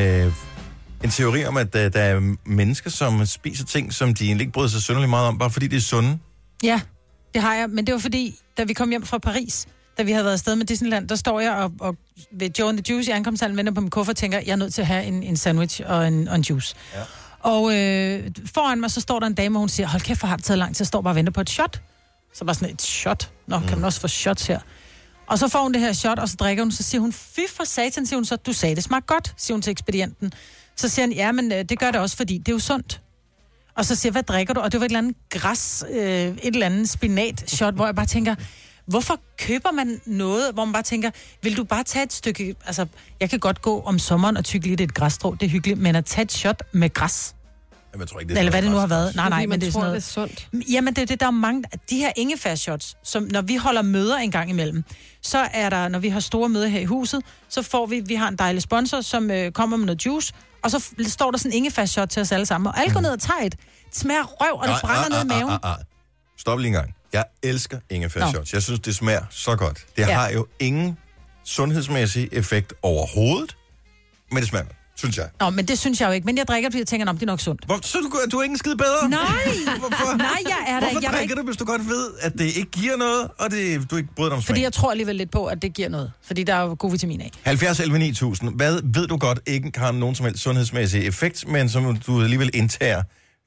en teori om, at der er mennesker, som spiser ting, som de egentlig ikke bryder sig synderligt meget om, bare fordi det er sunde. Ja, det har jeg. Men det var fordi, da vi kom hjem fra Paris, da vi havde været afsted med Disneyland, der står jeg og ved Joe and the Juice i ankomsthallen, vender på min kuffert og tænker, jeg er nødt til at have en sandwich og en juice. Ja. Og foran mig, så står der en dame, og hun siger, hold kæft, hvor har det taget lang tid, jeg står bare og venter på et shot. Så bare sådan et shot. Nå, kan man også få shots her? Og så får hun det her shot, og så drikker hun, så siger hun, fy for satan, siger hun så, du sagde, det smagte godt, siger hun til ekspedienten. Så siger han, ja, men det gør det også, fordi det er jo sundt. Og så siger jeg, hvad drikker du? Og det var et eller andet græs, et eller andet spinat-shot, hvor jeg bare tænker, hvorfor køber man noget, hvor man bare tænker, vil du bare tage et stykke, altså, jeg kan godt gå om sommeren og tykke lidt et græsstrå, det er hyggeligt, men at tage et shot med græs, jamen, jeg tror ikke, det er eller hvad det nu har været. Nej, men det er sådan noget. Det er sundt. Jamen, det der er mange, de her ingefær-shots, som når vi holder møder en gang imellem, så er der, når vi har store møder her i huset, så får vi har en dejlig sponsor, som kommer med noget juice, og så står der sådan en ingefær-shot til os alle sammen, og alle går ned og tager et. Det smager røv, og det brænder ned i maven. Stop lige en gang. Jeg elsker ingefær-shots. Jeg synes, det smager så godt. Det har jo ingen sundhedsmæssig effekt overhovedet, men det smager, synes jeg. Nå, men det synes jeg jo ikke. Men jeg drikker, fordi jeg tænker, det er nok sundt. Så du er ikke en skide bedre? Nej! Hvorfor? Nej, jeg er der. Hvorfor drikker du, hvis du godt ved, at det ikke giver noget, og du ikke bryder dig om smag? Fordi jeg tror alligevel lidt på, at det giver noget. Fordi der er jo god vitamin A. 70 11 9000. Hvad ved du godt ikke har nogen som helst sundhedsmæssig effekt, men som du alligevel indtager,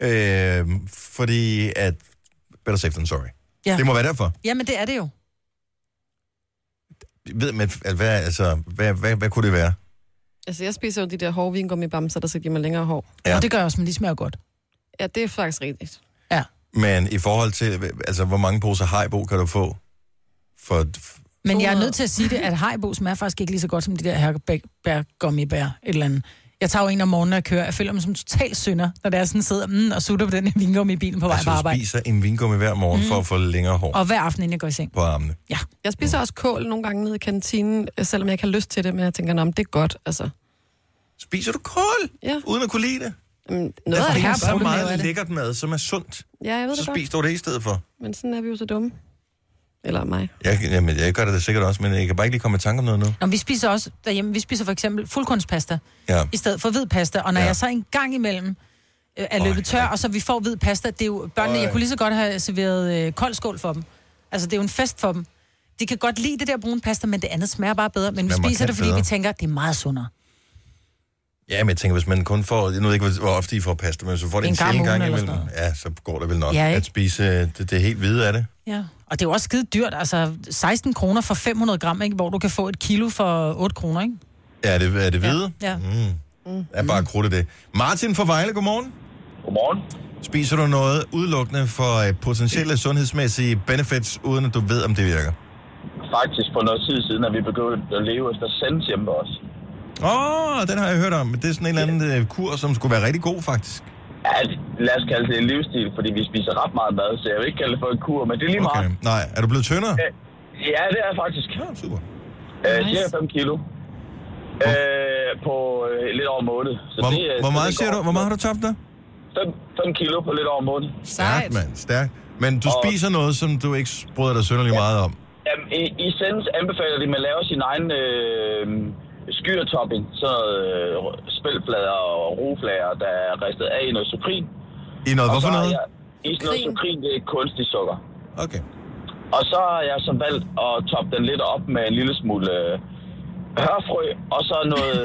fordi at... Better safe than sorry. Ja. Det må være derfor. Jamen, det er det jo. Ved man, hvad kunne det være? Altså, jeg spiser jo de der hårde vingummibamser, der så giver mig længere hår. Ja. Og det gør også, men de smager godt. Ja, det er faktisk rigtigt. Ja. Men i forhold til, altså, hvor mange poser Haribo kan du få? Men jeg er nødt til at sige det, at Haribo smager faktisk ikke lige så godt som de der her gummibær, et eller andet. Jeg tager jo en om morgenen og kører. Jeg føler mig som total synder, når der er sådan sidder og sutter på den her vingummi i bilen på vej på arbejde. Du spiser en vingummi hver morgen for at få længere hår. Og hver aften, inden jeg går i seng. På armene. Ja. Jeg spiser også kål nogle gange nede i kantinen, selvom jeg ikke har lyst til det, men jeg tænker, det er godt, altså. Spiser du kål? Ja. Uden at kunne lide det? Noget af det her så meget lækkert mad, som er sundt. Ja, jeg ved det så godt. spiser du det i stedet for. Men sådan er vi jo så dumme. Eller mig. Jeg gør det sikkert også, men jeg kan bare ikke lige komme i tanke om noget nu. Nå, vi spiser også derhjemme, vi spiser for eksempel fuldkornspasta i stedet for hvid pasta. Og når jeg så en gang imellem er løbet tør, og så vi får hvid pasta, det er jo børnene, jeg kunne lige så godt have serveret kold skål for dem. Altså, det er jo en fest for dem. De kan godt lide det der brune pasta, men det andet smager bare bedre. Men vi spiser det, fordi vi tænker, det er meget sundere. Ja, men jeg tænker, hvis man kun får... Jeg ved ikke, hvor ofte I får pasta, men hvis du får det en sjældent gang imellem, så går det vel nok at spise det helt hvide af det. Ja, og det er jo også skide dyrt. Altså, 16 kroner for 500 gram, ikke? Hvor du kan få et kilo for 8 kroner, ikke? Ja, er det hvide? Ja. Det er bare krudte det. Martin fra Vejle, godmorgen. Godmorgen. Spiser du noget udelukkende for potentielle sundhedsmæssige benefits, uden at du ved, om det virker? Faktisk for noget tid siden, at vi begyndte at leve efter Sense hjemme også. Den har jeg hørt om. Det er sådan en eller anden kur, som skulle være rigtig god, faktisk. Ja, lad os kalde det en livsstil, fordi vi spiser ret meget mad, så jeg vil ikke kalde det for en kur, men det er lige meget. Nej, er du blevet tyndere? Ja, det er faktisk. Ja, super. Cirka 5 kilo. På lidt over en måned. Så hvor meget siger du? Hvor meget har du tabt der? 5 kilo på lidt over en måned. Stærkt, mand. Stærkt. Men du spiser noget, som du ikke bryder dig synderlig meget om? Jamen, i Sens anbefaler de, at man laver sin egen skyretopping. Så spælflader og rugeflager, der er ristet af i noget sukrin. I noget, hvorfor noget? I noget sukrin, det er kunstig sukker. Okay. Og så har jeg så valgt at toppe den lidt op med en lille smule hørfrø, og så noget...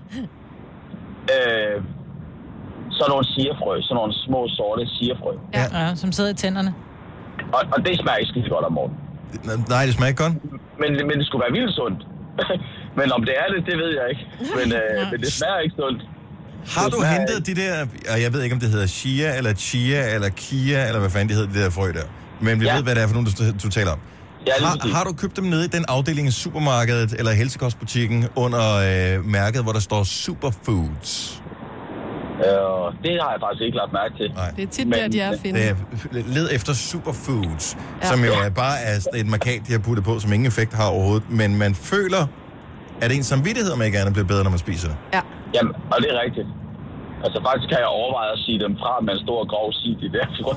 så nogle sirfrø, så nogle små sorte sirfrø. Ja, som sidder i tænderne. Og det smager ikke skide godt om morgenen. Nej, det smager ikke godt. Men det skulle være vildt sundt. Men om det er det ved jeg ikke. Men det smager ikke sundt. Har du hentet de der, jeg ved ikke om det hedder chia eller kia, eller hvad fanden de hedder, de der frø der. Men vi ved, hvad det er for nogen, du taler om. Ja, har du købt dem nede i den afdeling i supermarkedet eller helsekostbutikken under mærket, hvor der står Superfoods? Det har jeg faktisk ikke lagt mærke til. Nej. Det er tit der, de er at finde. Led efter Superfoods, som jo bare er et markat, de har puttet på, som ingen effekt har overhovedet. Men man føler, at ens samvittighed med gerne bliver bedre, når man spiser det. Ja. Jamen, og det er rigtigt. Altså faktisk kan jeg overveje at sige dem fra med en stor grov sige de der frø.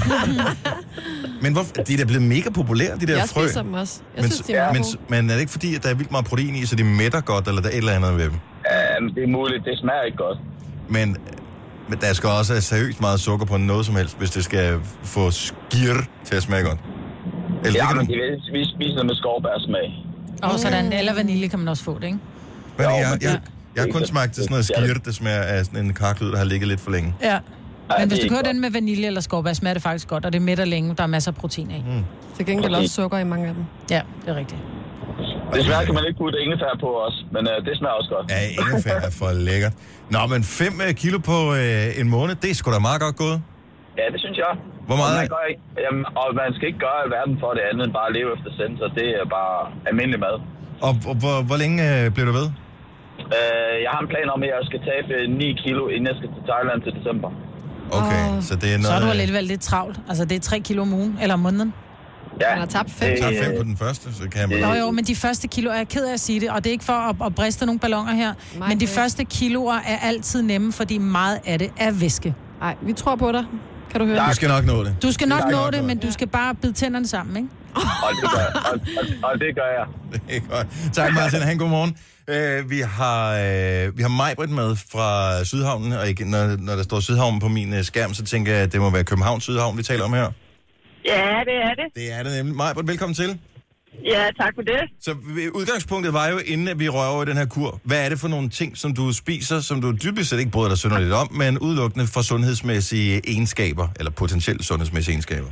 Men de er da blevet mega populære, de der frø. Jeg spiser dem også. Jeg synes, de er men er det ikke fordi, at der er vildt meget protein i, så de mætter godt, eller der er et eller andet ved dem? Det er muligt. Det smager ikke godt. Men der skal også seriøst meget sukker på noget som helst, hvis det skal få skir til at smage godt. Eller men vi spiser med skovbærsmag. Og sådan eller vanilje kan man også få det, ikke? Men jeg har kun smagt sådan noget skir, det smager af sådan en karklud, der har ligget lidt for længe. Ja. Men hvis du kører den med vanilje eller skovbær, smager det faktisk godt, og det mætter længe. Der er masser af protein i. Til gengæld også sukker i mange af dem. Ja, det er rigtigt. Desværre kan man ikke putte ingefær på os, men det smager også godt. Ja, ingefær er for lækkert. Nå, men 5 kilo på en måned, det er sgu da meget godt gået. Ja, det synes jeg. Hvor meget? Og man skal ikke gøre alverden for det andet end bare at leve efter sensor. Det er bare almindelig mad. Og hvor længe bliver du ved? Jeg har en plan om, at jeg skal tabe 9 kilo, inden jeg skal til Thailand til december. Okay, så det er noget... Så er du alligevel lidt travlt. Altså, det er 3 kilo om ugen, eller om måneden. Ja. Han har tabt 5. Jeg tager 5 på den første, så kan jeg... Jo, men de første kilo, er jeg ked af at sige det, og det er ikke for at briste nogle balloner her, men de første kiloer er altid nemme, fordi meget af det er væske. Nej, vi tror på dig. Kan du høre? Du skal nok nå det. Du skal nok nå det, men du skal bare bide tænderne sammen, ikke? Og det gør jeg. Og det gør jeg. Det er godt. Tak, Martin. Han, god morgen. Vi har Majbrit med fra Sydhavnen, og ikke, når der står Sydhavnen på min skærm, så tænker jeg, at det må være København Sydhavn, vi taler om her. Ja, det er det. Det er det nemlig. Majbrit, velkommen til. Ja, tak for det. Så udgangspunktet var jo, inden vi rører over i den her kur, hvad er det for nogle ting, som du spiser, som du dybest set ikke bryder dig synderligt om, men udelukkende for sundhedsmæssige egenskaber, eller potentielt sundhedsmæssige egenskaber?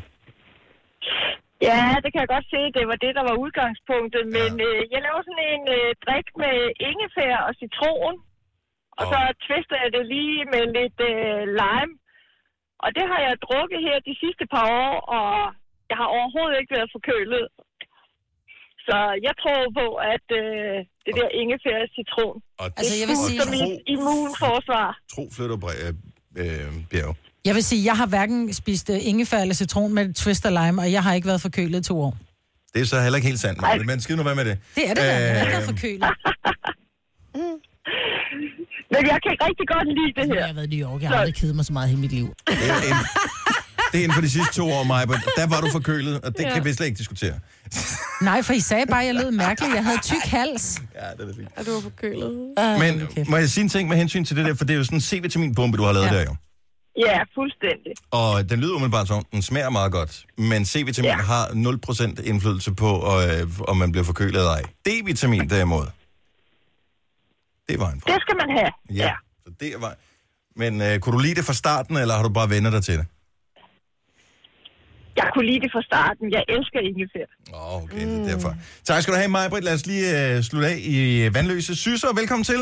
Ja, det kan jeg godt se. Det var det, der var udgangspunktet. Men jeg laver sådan en drik med ingefær og citron. Og så twister jeg det lige med lidt lime. Og det har jeg drukket her de sidste par år, og jeg har overhovedet ikke været forkølet. Så jeg tror på, at det der ingefær og citron, altså, jeg vil sige, som immunforsvar. Tro flytter bjerg. Jeg vil sige, jeg har hverken spist ingefær eller citron med twist og lime, og jeg har ikke været forkølet 2 år. Det er så heller ikke helt sandt, men skid nu hvad med det. Det er det, jeg har ikke været forkølet. Men jeg kan rigtig godt lide det her. Jeg har været i New York, jeg har aldrig kedet mig så meget i mit liv. Det er inden for de sidste 2 år, Maja, der var du forkølet, og det kan vi slet ikke diskutere. Nej, for I sagde bare, at jeg lød mærkelig. Jeg havde tyk hals. Ja, det er fint. Og du var forkølet. Men må jeg sige en ting med hensyn til det der, for det er jo sådan en C-vitaminbombe, du har lavet der jo. Ja, fuldstændig. Og den lyder umiddelbart som, den smager meget godt, men C-vitamin har 0% indflydelse på, om man bliver forkølet eller ej. D-vitamin derimod, det er vejen fra. Det skal man have, ja. Så det er vejen. Men kunne du lide det fra starten, eller har du bare vendt dig til det? Jeg kunne lide det fra starten. Jeg elsker ingefær. Okay, det er derfor. Tak skal du have, Majbrit. Lad os lige slutte af i Vandløse. Syser, velkommen til.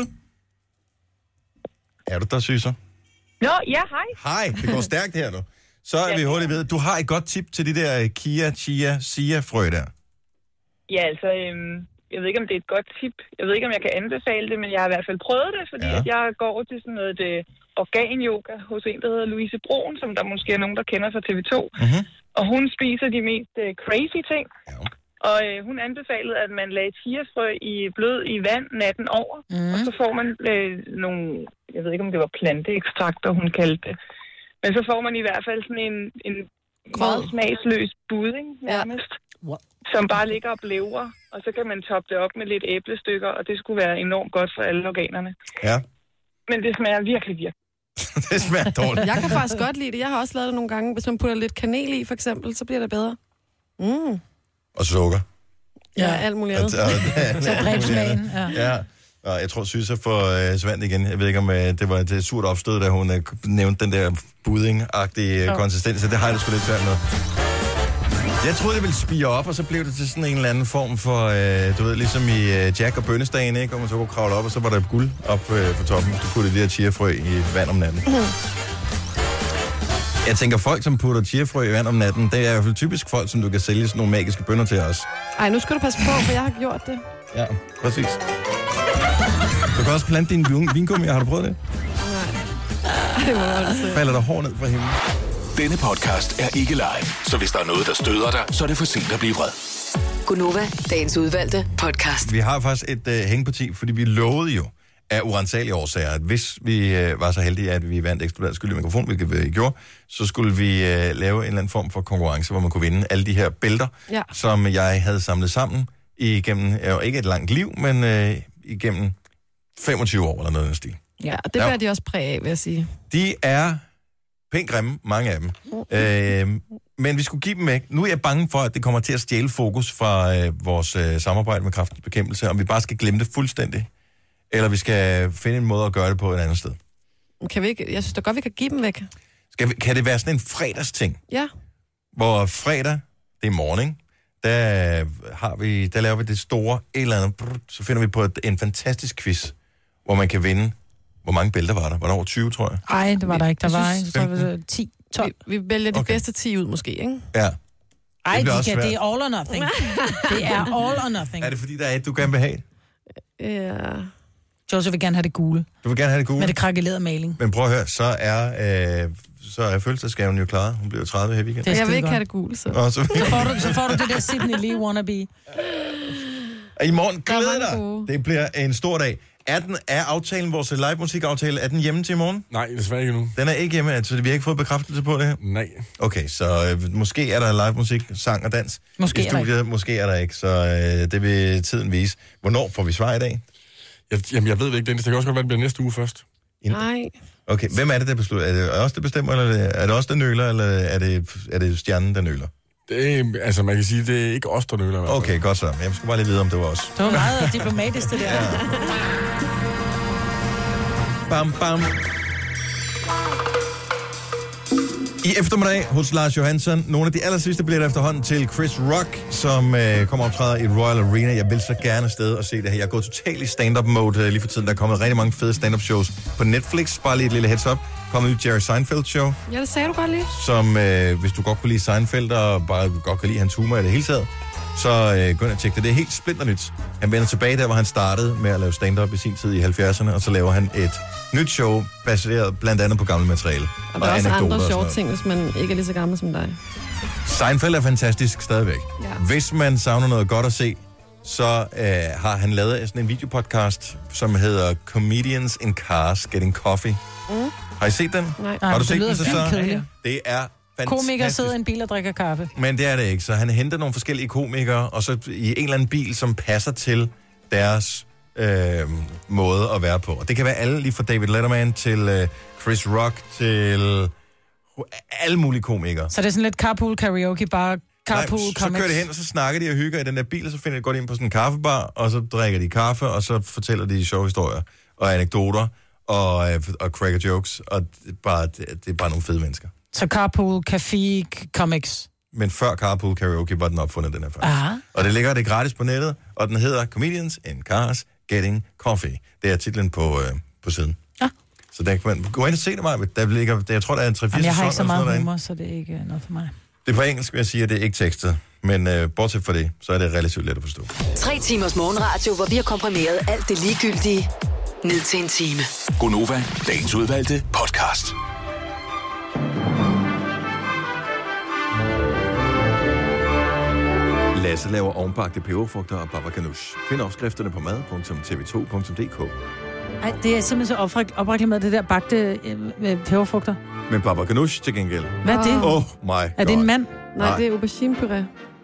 Er du der, Syser? Nå, ja, hej. Hej, det går stærkt her nu. Så er vi hurtigt ved. Du har et godt tip til de der chia-frø der. Ja, altså, jeg ved ikke, om det er et godt tip. Jeg ved ikke, om jeg kan anbefale det, men jeg har i hvert fald prøvet det, fordi at jeg går til sådan noget organ-yoga hos en, der hedder Louise Broen, som der måske er nogen, der kender fra TV2. Mm-hmm. Og hun spiser de mest crazy ting. Ja. Og hun anbefalede, at man lagde chiafrø blød i vand natten over. Og så får man nogle, jeg ved ikke om det var planteekstrakter, hun kaldte det. Men så får man i hvert fald sådan en meget smagsløs budding nærmest. Som bare ligger og blæver. Og så kan man toppe det op med lidt æblestykker, og det skulle være enormt godt for alle organerne. Ja. Men det smager virkelig. Det smager dårligt. Jeg kan faktisk godt lide det. Jeg har også lavet det nogle gange. Hvis man putter lidt kanel i, for eksempel, så bliver det bedre. Og sukker. Ja, alt muligt andet. Så bræbsmagen. Ja. Og jeg tror, Syse får Svend igen. Jeg ved ikke, om det var et surt opstød, da hun nævnte den der budding-agtige konsistens. Det har jeg sgu lidt svært med. Jeg troede, det ville spire op, og så blev det til sådan en eller anden form for, du ved, ligesom i Jack og Bønnestagen, ikke? Og man så kunne kravle op, og så var der guld op på toppen, hvis du puttede de her chiafrø i vand om natten. Jeg tænker, folk, som putter chiafrø i vand om natten, det er i hvert fald typisk folk, som du kan sælge sådan nogle magiske bønner til os. Ej, nu skal du passe på, for jeg har gjort det. Ja, præcis. Du kan også plante din vingummi. Har du prøvet det? Nej. Falder der hår ned fra himlen? Denne podcast er ikke live, så hvis der er noget, der støder dig, så er det for sent at blive vred. Gunova, dagens udvalgte podcast. Vi har faktisk et hængeparti, fordi vi lovede jo af urensagelige årsager, at hvis vi var så heldige, at vi vandt Ekstra Bladets skyldige mikrofon, hvilket vi gjorde, så skulle vi lave en eller anden form for konkurrence, hvor man kunne vinde alle de her bælter, som jeg havde samlet sammen igennem, ikke et langt liv, men igennem 25 år eller noget af den stil. Ja, det bliver de også præg af, vil jeg sige. De er pænt grimme, mange af dem. Men vi skulle give dem væk. Nu er jeg bange for, at det kommer til at stjæle fokus fra vores samarbejde med Kræftens Bekæmpelse, om vi bare skal glemme det fuldstændig, eller vi skal finde en måde at gøre det på et andet sted. Kan vi ikke? Jeg synes da godt, vi kan give dem væk. Kan det være sådan en fredagsting? Ja. Hvor fredag, det er morgen, der laver vi det store et eller andet, så finder vi på en fantastisk quiz, hvor man kan vinde. Hvor mange bælter var der? Var der over 20, tror jeg? Nej, det var der ikke. Der var 10, 12. Vi vælger de bedste 10 ud, måske, ikke? Ja. Ej, det er all or nothing. Det er all or nothing. Er det fordi, der er et, du gerne vil have? Ja. George vil gerne have det gule. Du vil gerne have det gule? Med det krakelerede maling. Men prøv at høre, så er fødselsdagsgaven jo klar. Hun bliver 30 her i weekenden. Jeg vil ikke have det gule, så. Så får du det der Sydney Lee wannabe. I morgen, glæder dig. Det bliver en stor dag. Er aftalen, vores live musikaftale, er den hjemme til i morgen? Nej, desværre ikke nu. Den er ikke hjemme, altså vi har ikke fået bekræftelse på det her? Nej. Okay, så måske er der live musik, sang og dans måske i studiet. Måske er der ikke, så det vil tiden vise. Hvornår får vi svar i dag? Jamen, jeg ved det ikke, Dennis. Det kan også godt være, det bliver næste uge først. Nej. Okay, hvem er det, der beslutter? Er det os, der bestemmer, eller er det os, der nøler, eller er det stjernen, der nøler? Altså, man kan sige, det er ikke os, der nøler. Okay, godt så. Jeg skulle bare lige vide, om det var os. Det var meget diplomatisk, det der. Ja. Bam, bam. I eftermiddag hos Lars Johansson, nogle af de aller sidste billetter efterhånden til Chris Rock, som kommer optræder i Royal Arena. Jeg vil så gerne afsted og se det her. Jeg er gået totalt i stand-up mode lige for tiden. Der er kommet rigtig mange fede stand-up shows på Netflix. Bare lige et lille heads up. Kommet ud Jerry Seinfeld show. Ja, det sagde du godt lige. Som, hvis du godt kunne lide Seinfeld og bare godt kan lide hans humor i det hele taget, så gå ind og tjek det. Det er helt splinternyt. Han vender tilbage der, hvor han startede med at lave stand-up i sin tid i 70'erne, og så laver han et nyt show, baseret blandt andet på gammelt materiale. Og der er også andre sjove ting, hvis man ikke er lige så gammel som dig. Seinfeld er fantastisk stadigvæk. Ja. Hvis man savner noget godt at se, så har han lavet sådan en videopodcast, som hedder Comedians in Cars Getting Coffee. Har I set den? Nej. Har du set den, så? Det er fantastisk. Komikere sidder i en bil og drikker kaffe. Men det er det ikke. Så han henter nogle forskellige komikere, og så i en eller anden bil, som passer til deres måde at være på. Og det kan være alle, lige fra David Letterman til Chris Rock til alle mulige komikere. Så det er sådan lidt carpool karaoke, bare carpool comics. Så kører de hen, og så snakker de og hygger i den der bil, og så finder de godt ind på sådan en kaffebar, og så drikker de kaffe, og så fortæller de sjove historier og anekdoter og cracker jokes, og det er bare nogle fede mennesker. Så carpool, café, comics. Men før carpool karaoke var den opfundet, den her faktisk. Og det ligger det gratis på nettet, og den hedder Comedians in Cars Getting Coffee. Det er titlen på siden. Ja. Så der kan man gå ind og se det, Maja. Jeg tror, der er en 3-4 sæsoner. Jeg har ikke så meget humor, så det er ikke noget for mig. Det er på engelsk, vil jeg sige, at det er ikke tekstet. Men bortset fra det, så er det relativt let at forstå. 3 timers morgenradio, hvor vi har komprimeret alt det ligegyldige ned til en time. Gunova, dagens udvalgte podcast. Lasse laver ovenbagte peberfrugter og baba ganoush. Find opskrifterne på mad.tv2.dk. Ej, det er simpelthen så opreklameret, det der bagte peberfrugter. Men baba ganoush til gengæld. Hvad er det? Oh my god. Er det en mand? Nej, det er auberginepuré.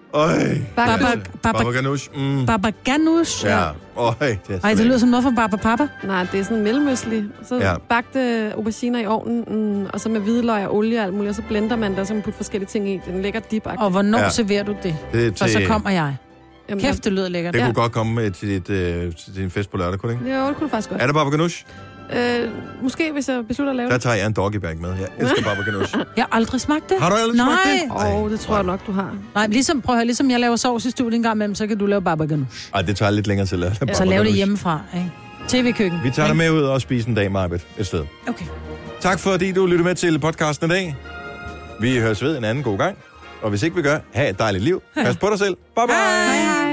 Baba ganoush. Baba ganoush? Ja. Det lyder som noget fra Baba Papa. Nej, det er sådan mellemøstlig. Så bagte auberginer i ovnen, og så med hvidløg og olie og alt muligt, og så blender man der, så man putter forskellige ting i. Den lækker dip-agtig. Og hvornår serverer du det? Og så kommer jeg. Jamen, Kæft, det lyder lækkert. Det kunne godt komme til din fest på lørdag, kunne det ikke? Jo, det kunne faktisk godt. Er det baba ganoush? Måske, hvis jeg beslutter at lave det. Der tager jeg en doggybag med. Jeg elsker baba ganoush. Jeg har aldrig smagt det. Har du aldrig smagt det? Det tror jeg nok, du har. Nej, prøv at høre, ligesom jeg laver sovs i studiet en gang imellem, så kan du lave baba ganoush. Ej, det tager lidt længere til at lave. Så lav det hjemmefra, ikke? TV-køkken. Vi tager dig med ud og spise en dag, Marbet, et sted. Okay. Tak fordi du lyttede med til podcasten i dag. Vi høres ved en anden god gang. Og hvis ikke vi gør, have et dejligt liv. Pas på dig selv. Bye bye. Hej, hej.